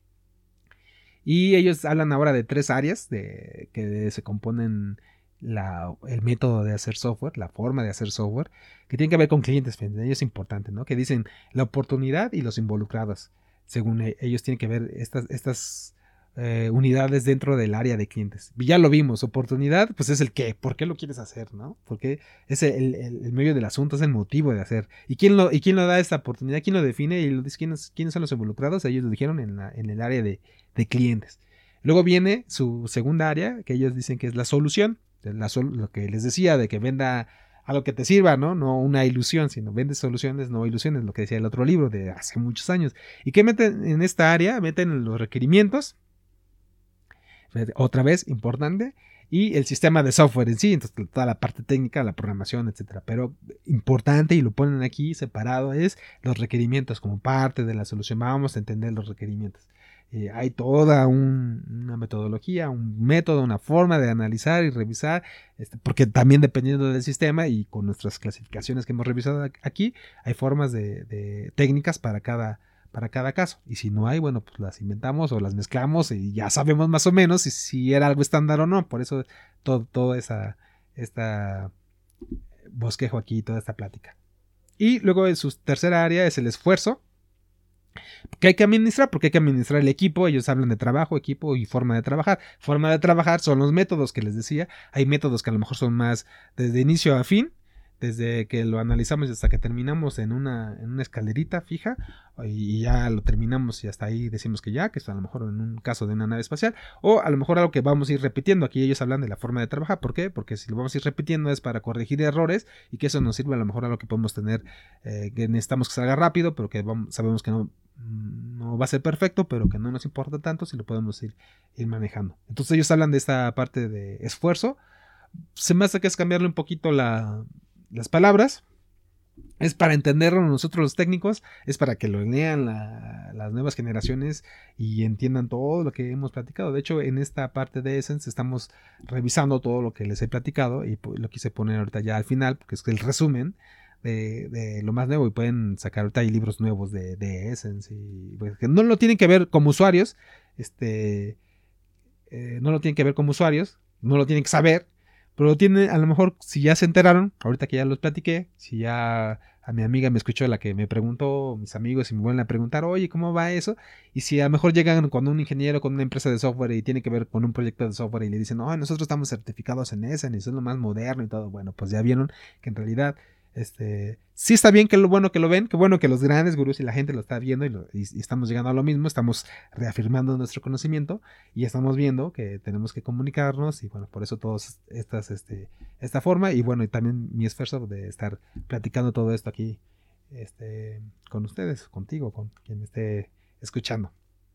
Y ellos hablan ahora de tres áreas de, que se componen la, el método de hacer software, la forma de hacer software, que tienen que ver con clientes, ellos es importante, ¿no? Que dicen la oportunidad y los involucrados. Según ellos tienen que ver estas, estas Eh, unidades dentro del área de clientes. Ya lo vimos, oportunidad, pues es el qué, ¿por qué lo quieres hacer? ¿No? Porque es el, el, el medio del asunto, es el motivo de hacer. ¿Y quién lo, y quién lo da esta oportunidad? ¿Quién lo define? Y lo dice, ¿quiénes, quiénes son los involucrados? Ellos lo dijeron en, la, en el área de, de clientes. Luego viene su segunda área, que ellos dicen que es la solución, la sol, lo que les decía, de que venda algo que te sirva, ¿no? No una ilusión, sino vende soluciones, no ilusiones, lo que decía el otro libro de hace muchos años. ¿Y qué meten en esta área? Meten los requerimientos, otra vez, importante, y el sistema de software en sí, entonces toda la parte técnica, la programación, etcétera. Pero importante, y lo ponen aquí separado, es los requerimientos como parte de la solución. Vamos a entender los requerimientos. Eh, hay toda un, una metodología, un método, una forma de analizar y revisar, este, porque también dependiendo del sistema y con nuestras clasificaciones que hemos revisado aquí, hay formas de, de técnicas para cada, para cada caso. Y si no hay, bueno, pues las inventamos o las mezclamos y ya sabemos más o menos si, si era algo estándar o no. Por eso todo, todo esa esta bosquejo aquí, toda esta plática. Y luego en su tercera área es el esfuerzo que hay que administrar, porque hay que administrar el equipo. Ellos hablan de trabajo, equipo y forma de trabajar. Forma de trabajar son los métodos que les decía. Hay métodos que a lo mejor son más desde inicio a fin, desde que lo analizamos hasta que terminamos en una, en una escalerita fija, y ya lo terminamos y hasta ahí decimos que ya, que es a lo mejor en un caso de una nave espacial, o a lo mejor algo que vamos a ir repitiendo. Aquí ellos hablan de la forma de trabajar. ¿Por qué? Porque si lo vamos a ir repitiendo es para corregir errores, y que eso nos sirve a lo mejor a lo que podemos tener, eh, que necesitamos que salga rápido, pero que vamos, sabemos que no, no va a ser perfecto, pero que no nos importa tanto si lo podemos ir, ir manejando. Entonces ellos hablan de esta parte de esfuerzo. Se me hace que es cambiarle un poquito la... las palabras, es para entenderlo nosotros los técnicos, es para que lo lean la, las nuevas generaciones y entiendan todo lo que hemos platicado. De hecho, en esta parte de Essence estamos revisando todo lo que les he platicado y lo quise poner ahorita ya al final, porque es el resumen de, de lo más nuevo, y pueden sacar ahorita hay libros nuevos de, de Essence, y pues, que no lo tienen que ver como usuarios, este, eh, no lo tienen que ver como usuarios, no lo tienen que saber, pero tiene, a lo mejor, si ya se enteraron, ahorita que ya los platiqué, si ya a mi amiga me escuchó, la que me preguntó, mis amigos, y me vuelven a preguntar, oye, ¿cómo va eso? Y si a lo mejor llegan con un ingeniero, con una empresa de software y tiene que ver con un proyecto de software y le dicen, no, nosotros estamos certificados en eso, y eso es lo más moderno y todo, bueno, pues ya vieron que en realidad, este, sí está bien, que lo bueno que lo ven, que bueno que los grandes gurús y la gente lo está viendo, y, lo, y, y estamos llegando a lo mismo, estamos reafirmando nuestro conocimiento y estamos viendo que tenemos que comunicarnos, y bueno, por eso todas estas, este, esta forma, y bueno, y también mi esfuerzo de estar platicando todo esto aquí, este, con ustedes, contigo, con quien me esté escuchando.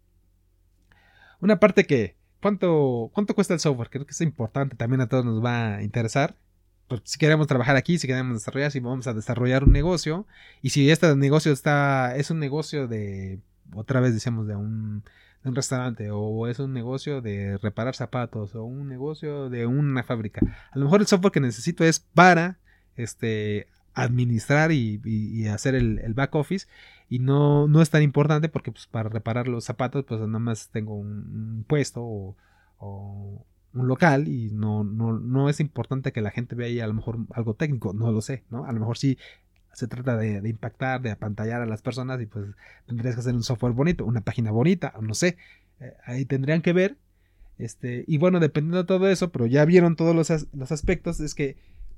Una parte que, ¿cuánto, cuánto cuesta el software? Creo que es importante, también a todos nos va a interesar. Pues si queremos trabajar aquí, si queremos desarrollar, si vamos a desarrollar un negocio, y si este negocio está, es un negocio de, otra vez decíamos, de un, de un restaurante, o es un negocio de reparar zapatos, o un negocio de una fábrica, a lo mejor el software que necesito es para este, administrar y, y, y hacer el, el back office, y no, no es tan importante porque pues, para reparar los zapatos pues nada más tengo un, un puesto o, o un local, y no, no, no es importante que la gente vea ahí a lo mejor algo técnico, no lo sé, ¿no? A lo mejor sí se trata de, de impactar, de apantallar a las personas, y pues tendrías que hacer un software bonito, una página bonita, no sé, eh, ahí tendrían que ver, este, y bueno, dependiendo de todo eso, pero ya vieron todos los, as, los aspectos, es que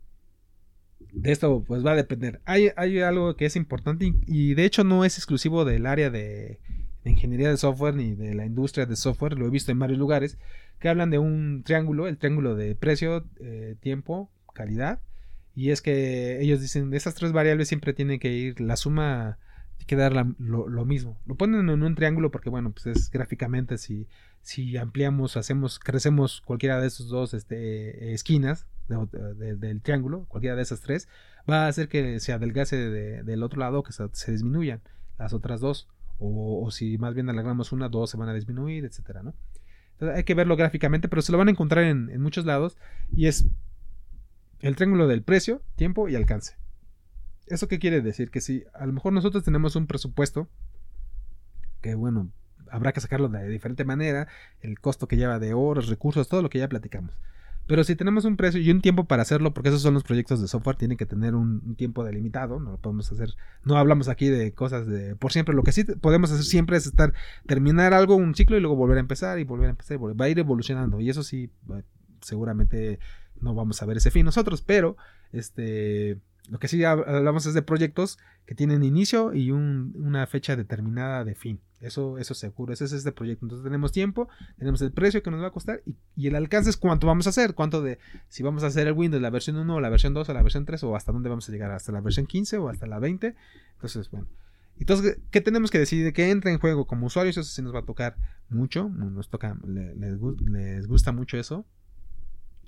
de esto pues va a depender. Hay, hay algo que es importante, y, y de hecho no es exclusivo del área de, de ingeniería de software ni de la industria de software, lo he visto en varios lugares que hablan de un triángulo, el triángulo de precio, eh, tiempo, calidad, y es que ellos dicen esas tres variables siempre tienen que ir, la suma tiene que dar la, lo, lo mismo. Lo ponen en un triángulo porque bueno, pues es gráficamente, si, si ampliamos, hacemos, crecemos cualquiera de esos dos este, esquinas de, de, del triángulo, cualquiera de esas tres, va a hacer que se adelgace de, del otro lado, que se, se disminuyan las otras dos, o, o si más bien alargamos una, dos se van a disminuir, etcétera, ¿no? Entonces hay que verlo gráficamente, pero se lo van a encontrar en, en muchos lados, y es el triángulo del precio, tiempo y alcance. ¿Eso qué quiere decir? Que si a lo mejor nosotros tenemos un presupuesto, que bueno, habrá que sacarlo de diferente manera, el costo que lleva de horas, recursos, todo lo que ya platicamos. Pero si tenemos un precio y un tiempo para hacerlo, porque esos son los proyectos de software, tienen que tener un, un tiempo delimitado, no lo podemos hacer, no hablamos aquí de cosas de por siempre, lo que sí podemos hacer siempre es estar, terminar algo, un ciclo, y luego volver a empezar, y volver a empezar, y volver, va a ir evolucionando, y eso sí, seguramente no vamos a ver ese fin nosotros, pero este... lo que sí hablamos es de proyectos que tienen inicio y un, una fecha determinada de fin. Eso, eso seguro, ese es este proyecto. Entonces tenemos tiempo, tenemos el precio que nos va a costar, y, y el alcance es cuánto vamos a hacer, cuánto de, si vamos a hacer el Windows, la versión uno, o la versión dos, o la versión tres, o hasta dónde vamos a llegar, hasta la versión quince o hasta la veinte. Entonces, bueno. Entonces, ¿qué tenemos que decidir? ¿Qué entra en juego como usuarios? Eso sí nos va a tocar mucho, nos toca, les, les gusta mucho eso.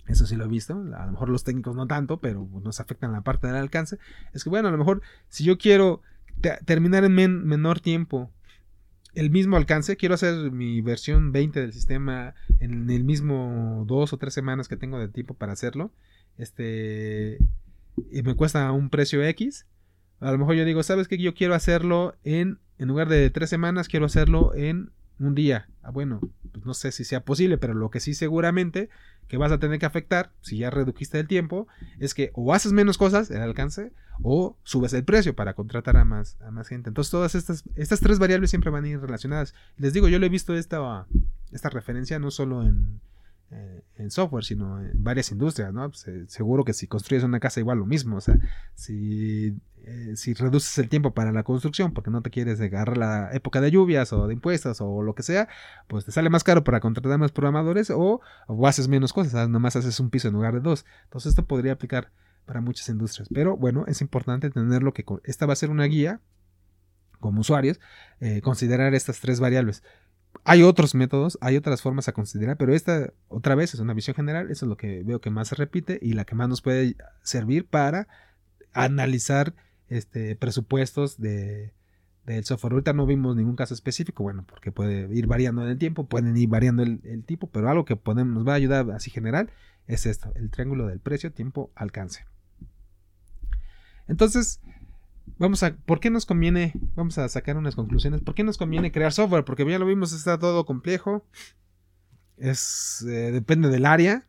eso sí lo he visto, a lo mejor los técnicos no tanto, pero nos afectan la parte del alcance, es que bueno, a lo mejor si yo quiero te- terminar en men- menor tiempo el mismo alcance, quiero hacer mi versión veinte del sistema en el mismo dos o tres semanas que tengo de tiempo para hacerlo, este, y me cuesta un precio X, a lo mejor yo digo, ¿sabes qué? Yo quiero hacerlo en, en lugar de tres semanas, quiero hacerlo en un día. Ah, bueno, pues no sé si sea posible, pero lo que sí seguramente que vas a tener que afectar, si ya redujiste el tiempo, es que o haces menos cosas, el alcance, o subes el precio para contratar a más, a más gente. Entonces todas estas, estas tres variables siempre van a ir relacionadas. Les digo, yo le he visto esta, esta referencia no solo en, eh, en software, sino en varias industrias, ¿no? Pues, eh, seguro que si construyes una casa igual lo mismo, o sea, si, eh, si reduces el tiempo para la construcción porque no te quieres agarrar la época de lluvias o de impuestos o lo que sea, pues te sale más caro para contratar más programadores o, o haces menos cosas, ¿sabes? Nomás haces un piso en lugar de dos. Entonces esto podría aplicar para muchas industrias, pero bueno, es importante tenerlo que esta va a ser una guía como usuarios, eh, considerar estas tres variables. Hay otros métodos, hay otras formas a considerar, pero esta otra vez es una visión general, eso es lo que veo que más se repite y la que más nos puede servir para analizar este, presupuestos de, del software. Ahorita no vimos ningún caso específico, bueno, porque puede ir variando en el tiempo, pueden ir variando el, el tipo, pero algo que podemos, nos va a ayudar así general es esto, el triángulo del precio, tiempo, alcance. Entonces, vamos a, ¿por qué nos conviene? Vamos a sacar unas conclusiones. ¿Por qué nos conviene crear software? Porque ya lo vimos, está todo complejo. Es, eh, depende del área.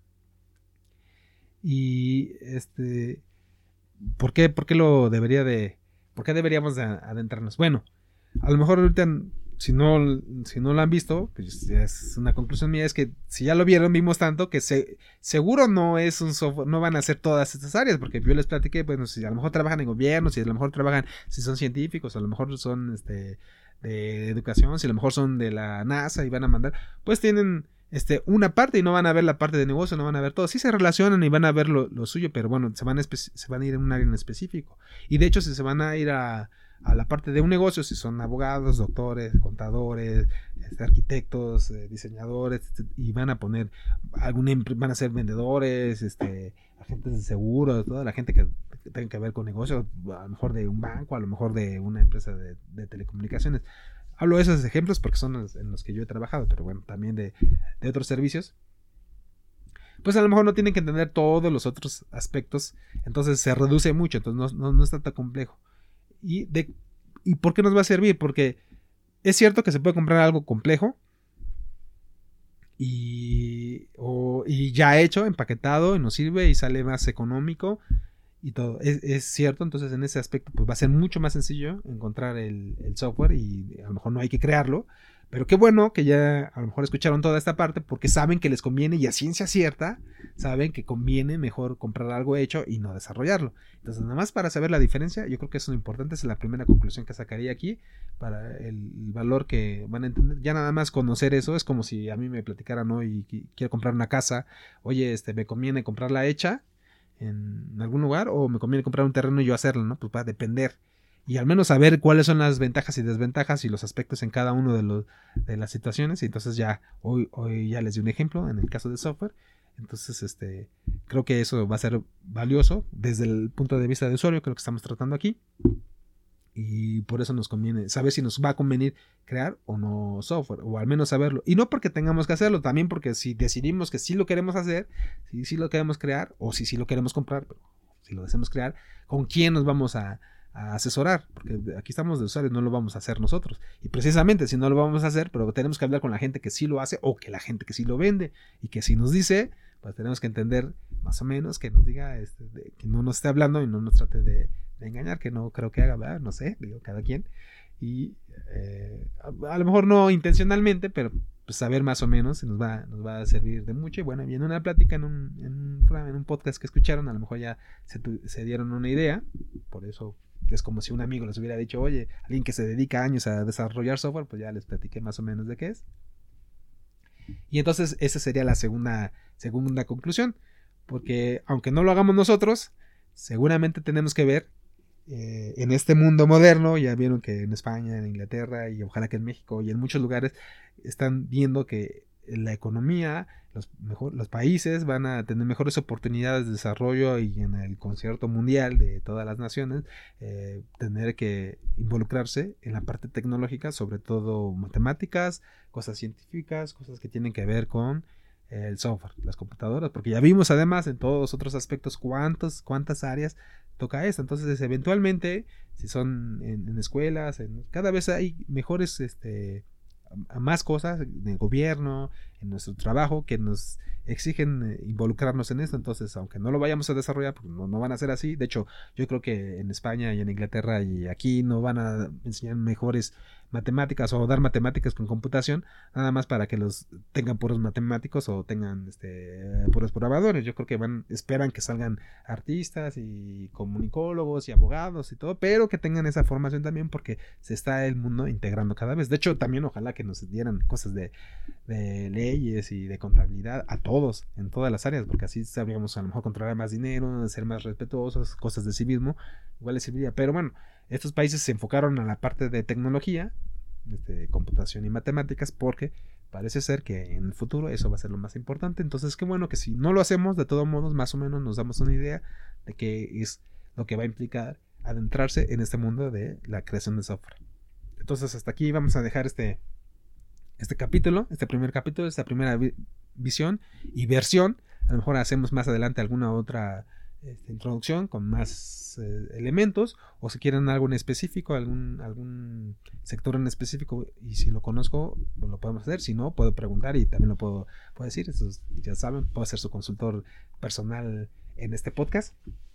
Y este, ¿por qué, por qué lo debería de, por qué deberíamos de adentrarnos? Bueno, a lo mejor ahorita, si no, si no lo han visto, pues es una conclusión mía, es que si ya lo vieron, vimos tanto que se, seguro no es un software, no van a ser todas estas áreas, porque yo les platiqué, bueno, si a lo mejor trabajan en gobierno, si a lo mejor trabajan, si son científicos, a lo mejor son este, de educación, si a lo mejor son de la NASA y van a mandar, pues tienen este, una parte y no van a ver la parte de negocio, no van a ver todo, sí se relacionan y van a ver lo, lo suyo, pero bueno, se van, a se van a ir en un área en específico, y de hecho si se van a ir a a la parte de un negocio, si son abogados, doctores, contadores, este, arquitectos, eh, diseñadores, este, y van a poner algún van a ser vendedores, este, agentes de seguros, toda la gente que, que tenga que ver con negocios, a lo mejor de un banco, a lo mejor de una empresa de, de telecomunicaciones. Hablo de esos ejemplos porque son los, en los que yo he trabajado, pero bueno, también de, de otros servicios. Pues a lo mejor no tienen que entender todos los otros aspectos, entonces se reduce mucho, entonces no, no, no está tan complejo. ¿Y, de, ¿Y por qué nos va a servir? Porque es cierto que se puede comprar algo complejo y, o, y ya hecho, empaquetado, y nos sirve y sale más económico y todo. Es, es cierto, entonces en ese aspecto pues va a ser mucho más sencillo encontrar el, el software y a lo mejor no hay que crearlo. Pero qué bueno que ya a lo mejor escucharon toda esta parte porque saben que les conviene y a ciencia cierta saben que conviene mejor comprar algo hecho y no desarrollarlo. Entonces nada más para saber la diferencia, yo creo que eso es lo importante, es la primera conclusión que sacaría aquí para el, el valor que van a entender. Ya nada más conocer eso es como si a mí me platicaran hoy y quiero comprar una casa, oye, este, me conviene comprarla hecha en algún lugar o me conviene comprar un terreno y yo hacerlo, ¿no? Pues va a depender. Y al menos saber cuáles son las ventajas y desventajas y los aspectos en cada uno de, los, de las situaciones. Y entonces ya, hoy, hoy ya les di un ejemplo en el caso de software. Entonces, este, creo que eso va a ser valioso desde el punto de vista de usuario, que es lo que estamos tratando aquí. Y por eso nos conviene saber si nos va a convenir crear o no software, o al menos saberlo. Y no porque tengamos que hacerlo, también porque si decidimos que sí lo queremos hacer, si sí lo queremos crear, o si sí lo queremos comprar, pero si lo deseamos crear, ¿con quién nos vamos a... a asesorar? Porque aquí estamos de usuarios, no lo vamos a hacer nosotros. Y precisamente si no lo vamos a hacer, pero tenemos que hablar con la gente que sí lo hace o que la gente que sí lo vende y que si nos dice, pues tenemos que entender más o menos que nos diga, este, de, que no nos esté hablando y no nos trate de, de engañar, que no creo que haga, ¿verdad? No sé, digo, cada quien. Y eh, a, a lo mejor no intencionalmente, pero pues saber más o menos nos va, nos va a servir de mucho. Y bueno, y en una plática, en un, en un, en un podcast que escucharon, a lo mejor ya se, se dieron una idea. Por eso es como si un amigo les hubiera dicho, oye, alguien que se dedica años a desarrollar software, pues ya les platiqué más o menos de qué es. Y entonces esa sería la segunda, segunda conclusión, porque aunque no lo hagamos nosotros, seguramente tenemos que ver eh, en este mundo moderno, ya vieron que en España, en Inglaterra y ojalá que en México y en muchos lugares están viendo que la economía, los, mejor, los países van a tener mejores oportunidades de desarrollo y en el concierto mundial de todas las naciones, eh, tener que involucrarse en la parte tecnológica, sobre todo matemáticas, cosas científicas, cosas que tienen que ver con el software, las computadoras, porque ya vimos además en todos los otros aspectos cuántos, cuántas áreas toca esto. Entonces eventualmente, si son en, en escuelas, en, cada vez hay mejores, este, a más cosas en el gobierno, en nuestro trabajo, que nos exigen involucrarnos en esto. Entonces, aunque no lo vayamos a desarrollar, pues no, no van a ser así. De hecho, yo creo que en España y en Inglaterra y aquí no van a enseñar mejores matemáticas o dar matemáticas con computación, nada más para que los tengan puros matemáticos o tengan este puros programadores. Yo creo que van, esperan que salgan artistas y comunicólogos y abogados y todo, pero que tengan esa formación también, porque se está el mundo integrando cada vez. De hecho, también ojalá que nos dieran cosas de, de leyes y de contabilidad a todos, en todas las áreas, porque así sabríamos a lo mejor controlar más dinero, ser más respetuosos, cosas de civismo, igual les serviría. Pero bueno, estos países se enfocaron a la parte de tecnología, este, computación y matemáticas, porque parece ser que en el futuro eso va a ser lo más importante. Entonces, qué bueno que si no lo hacemos, de todos modos, más o menos nos damos una idea de qué es lo que va a implicar adentrarse en este mundo de la creación de software. Entonces, hasta aquí vamos a dejar este, este capítulo, este primer capítulo, esta primera vi- visión y versión. A lo mejor hacemos más adelante alguna otra Este, introducción con más eh, elementos, o si quieren algo en específico, algún, algún sector en específico, y si lo conozco, pues lo podemos hacer. Si no, puedo preguntar y también lo puedo, puedo decir. Eso ya saben, puedo ser su consultor personal en este podcast.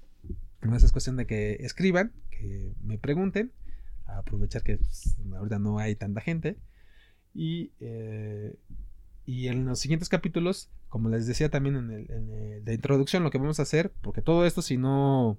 No es cuestión de que escriban, que me pregunten, a aprovechar que pues, ahorita no hay tanta gente. Y eh, Y en los siguientes capítulos, como les decía también en, el, en el de introducción, lo que vamos a hacer, porque todo esto, si no,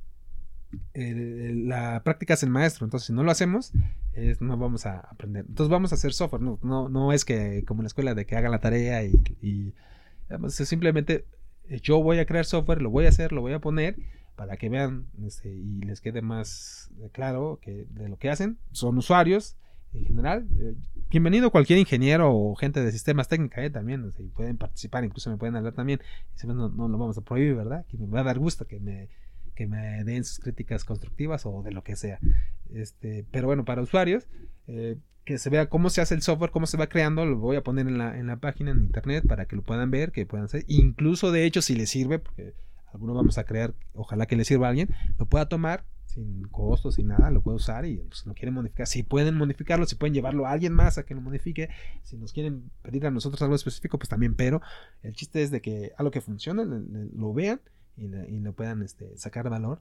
eh, la práctica es el maestro. Entonces, si no lo hacemos, es, no vamos a aprender. Entonces, vamos a hacer software. No, no, no es que como en la escuela de que hagan la tarea y, y digamos, simplemente yo voy a crear software, lo voy a hacer, lo voy a poner para que vean este, y les quede más claro que de lo que hacen. Son usuarios en general. Eh, bienvenido cualquier ingeniero o gente de sistemas técnicos, eh, también, o sea, pueden participar, incluso me pueden hablar también. No, no lo vamos a prohibir, ¿verdad? Que me va a dar gusto que me, que me den sus críticas constructivas o de lo que sea. Este, pero bueno, para usuarios, eh, que se vea cómo se hace el software, cómo se va creando, lo voy a poner en la, en la página, en internet, para que lo puedan ver, que puedan hacer. Incluso, de hecho, si les sirve, porque alguno vamos a crear, ojalá que le sirva a alguien, lo pueda tomar sin costos, sin nada, lo puede usar y pues, lo quieren modificar. Si pueden modificarlo, si pueden llevarlo a alguien más a que lo modifique, si nos quieren pedir a nosotros algo específico, pues también, pero el chiste es de que algo que funcione, le, le, lo vean y, le, y lo puedan este, sacar valor,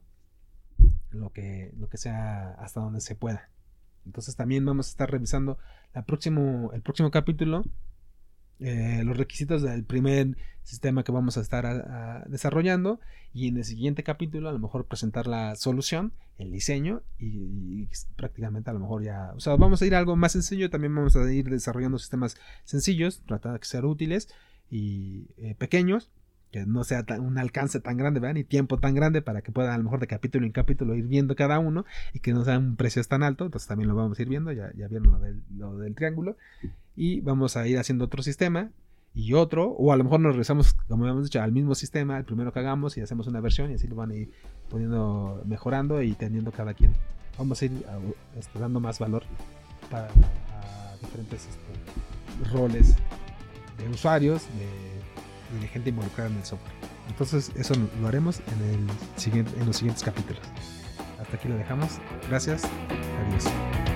lo que, lo que sea hasta donde se pueda. Entonces también vamos a estar revisando la próximo, el próximo capítulo, Eh, los requisitos del primer sistema que vamos a estar a, a desarrollando, y en el siguiente capítulo a lo mejor presentar la solución, el diseño y, y prácticamente a lo mejor ya, o sea, vamos a ir a algo más sencillo. También vamos a ir desarrollando sistemas sencillos, tratar de ser útiles y eh, pequeños, que no sea tan, un alcance tan grande, ¿verdad? Ni tiempo tan grande para que puedan a lo mejor de capítulo en capítulo ir viendo cada uno y que no sean precios tan altos. Entonces también lo vamos a ir viendo. Ya, ya vieron lo del, lo del triángulo, y vamos a ir haciendo otro sistema y otro, o a lo mejor nos regresamos, como hemos dicho, al mismo sistema, el primero que hagamos, y hacemos una versión, y así lo van a ir poniendo, mejorando y teniendo cada quien. Vamos a ir a, a, dando más valor para a diferentes este, roles de usuarios de, y de gente involucrada en el software. Entonces eso lo haremos en, el siguiente, en los siguientes capítulos. Hasta aquí lo dejamos. Gracias. Adiós.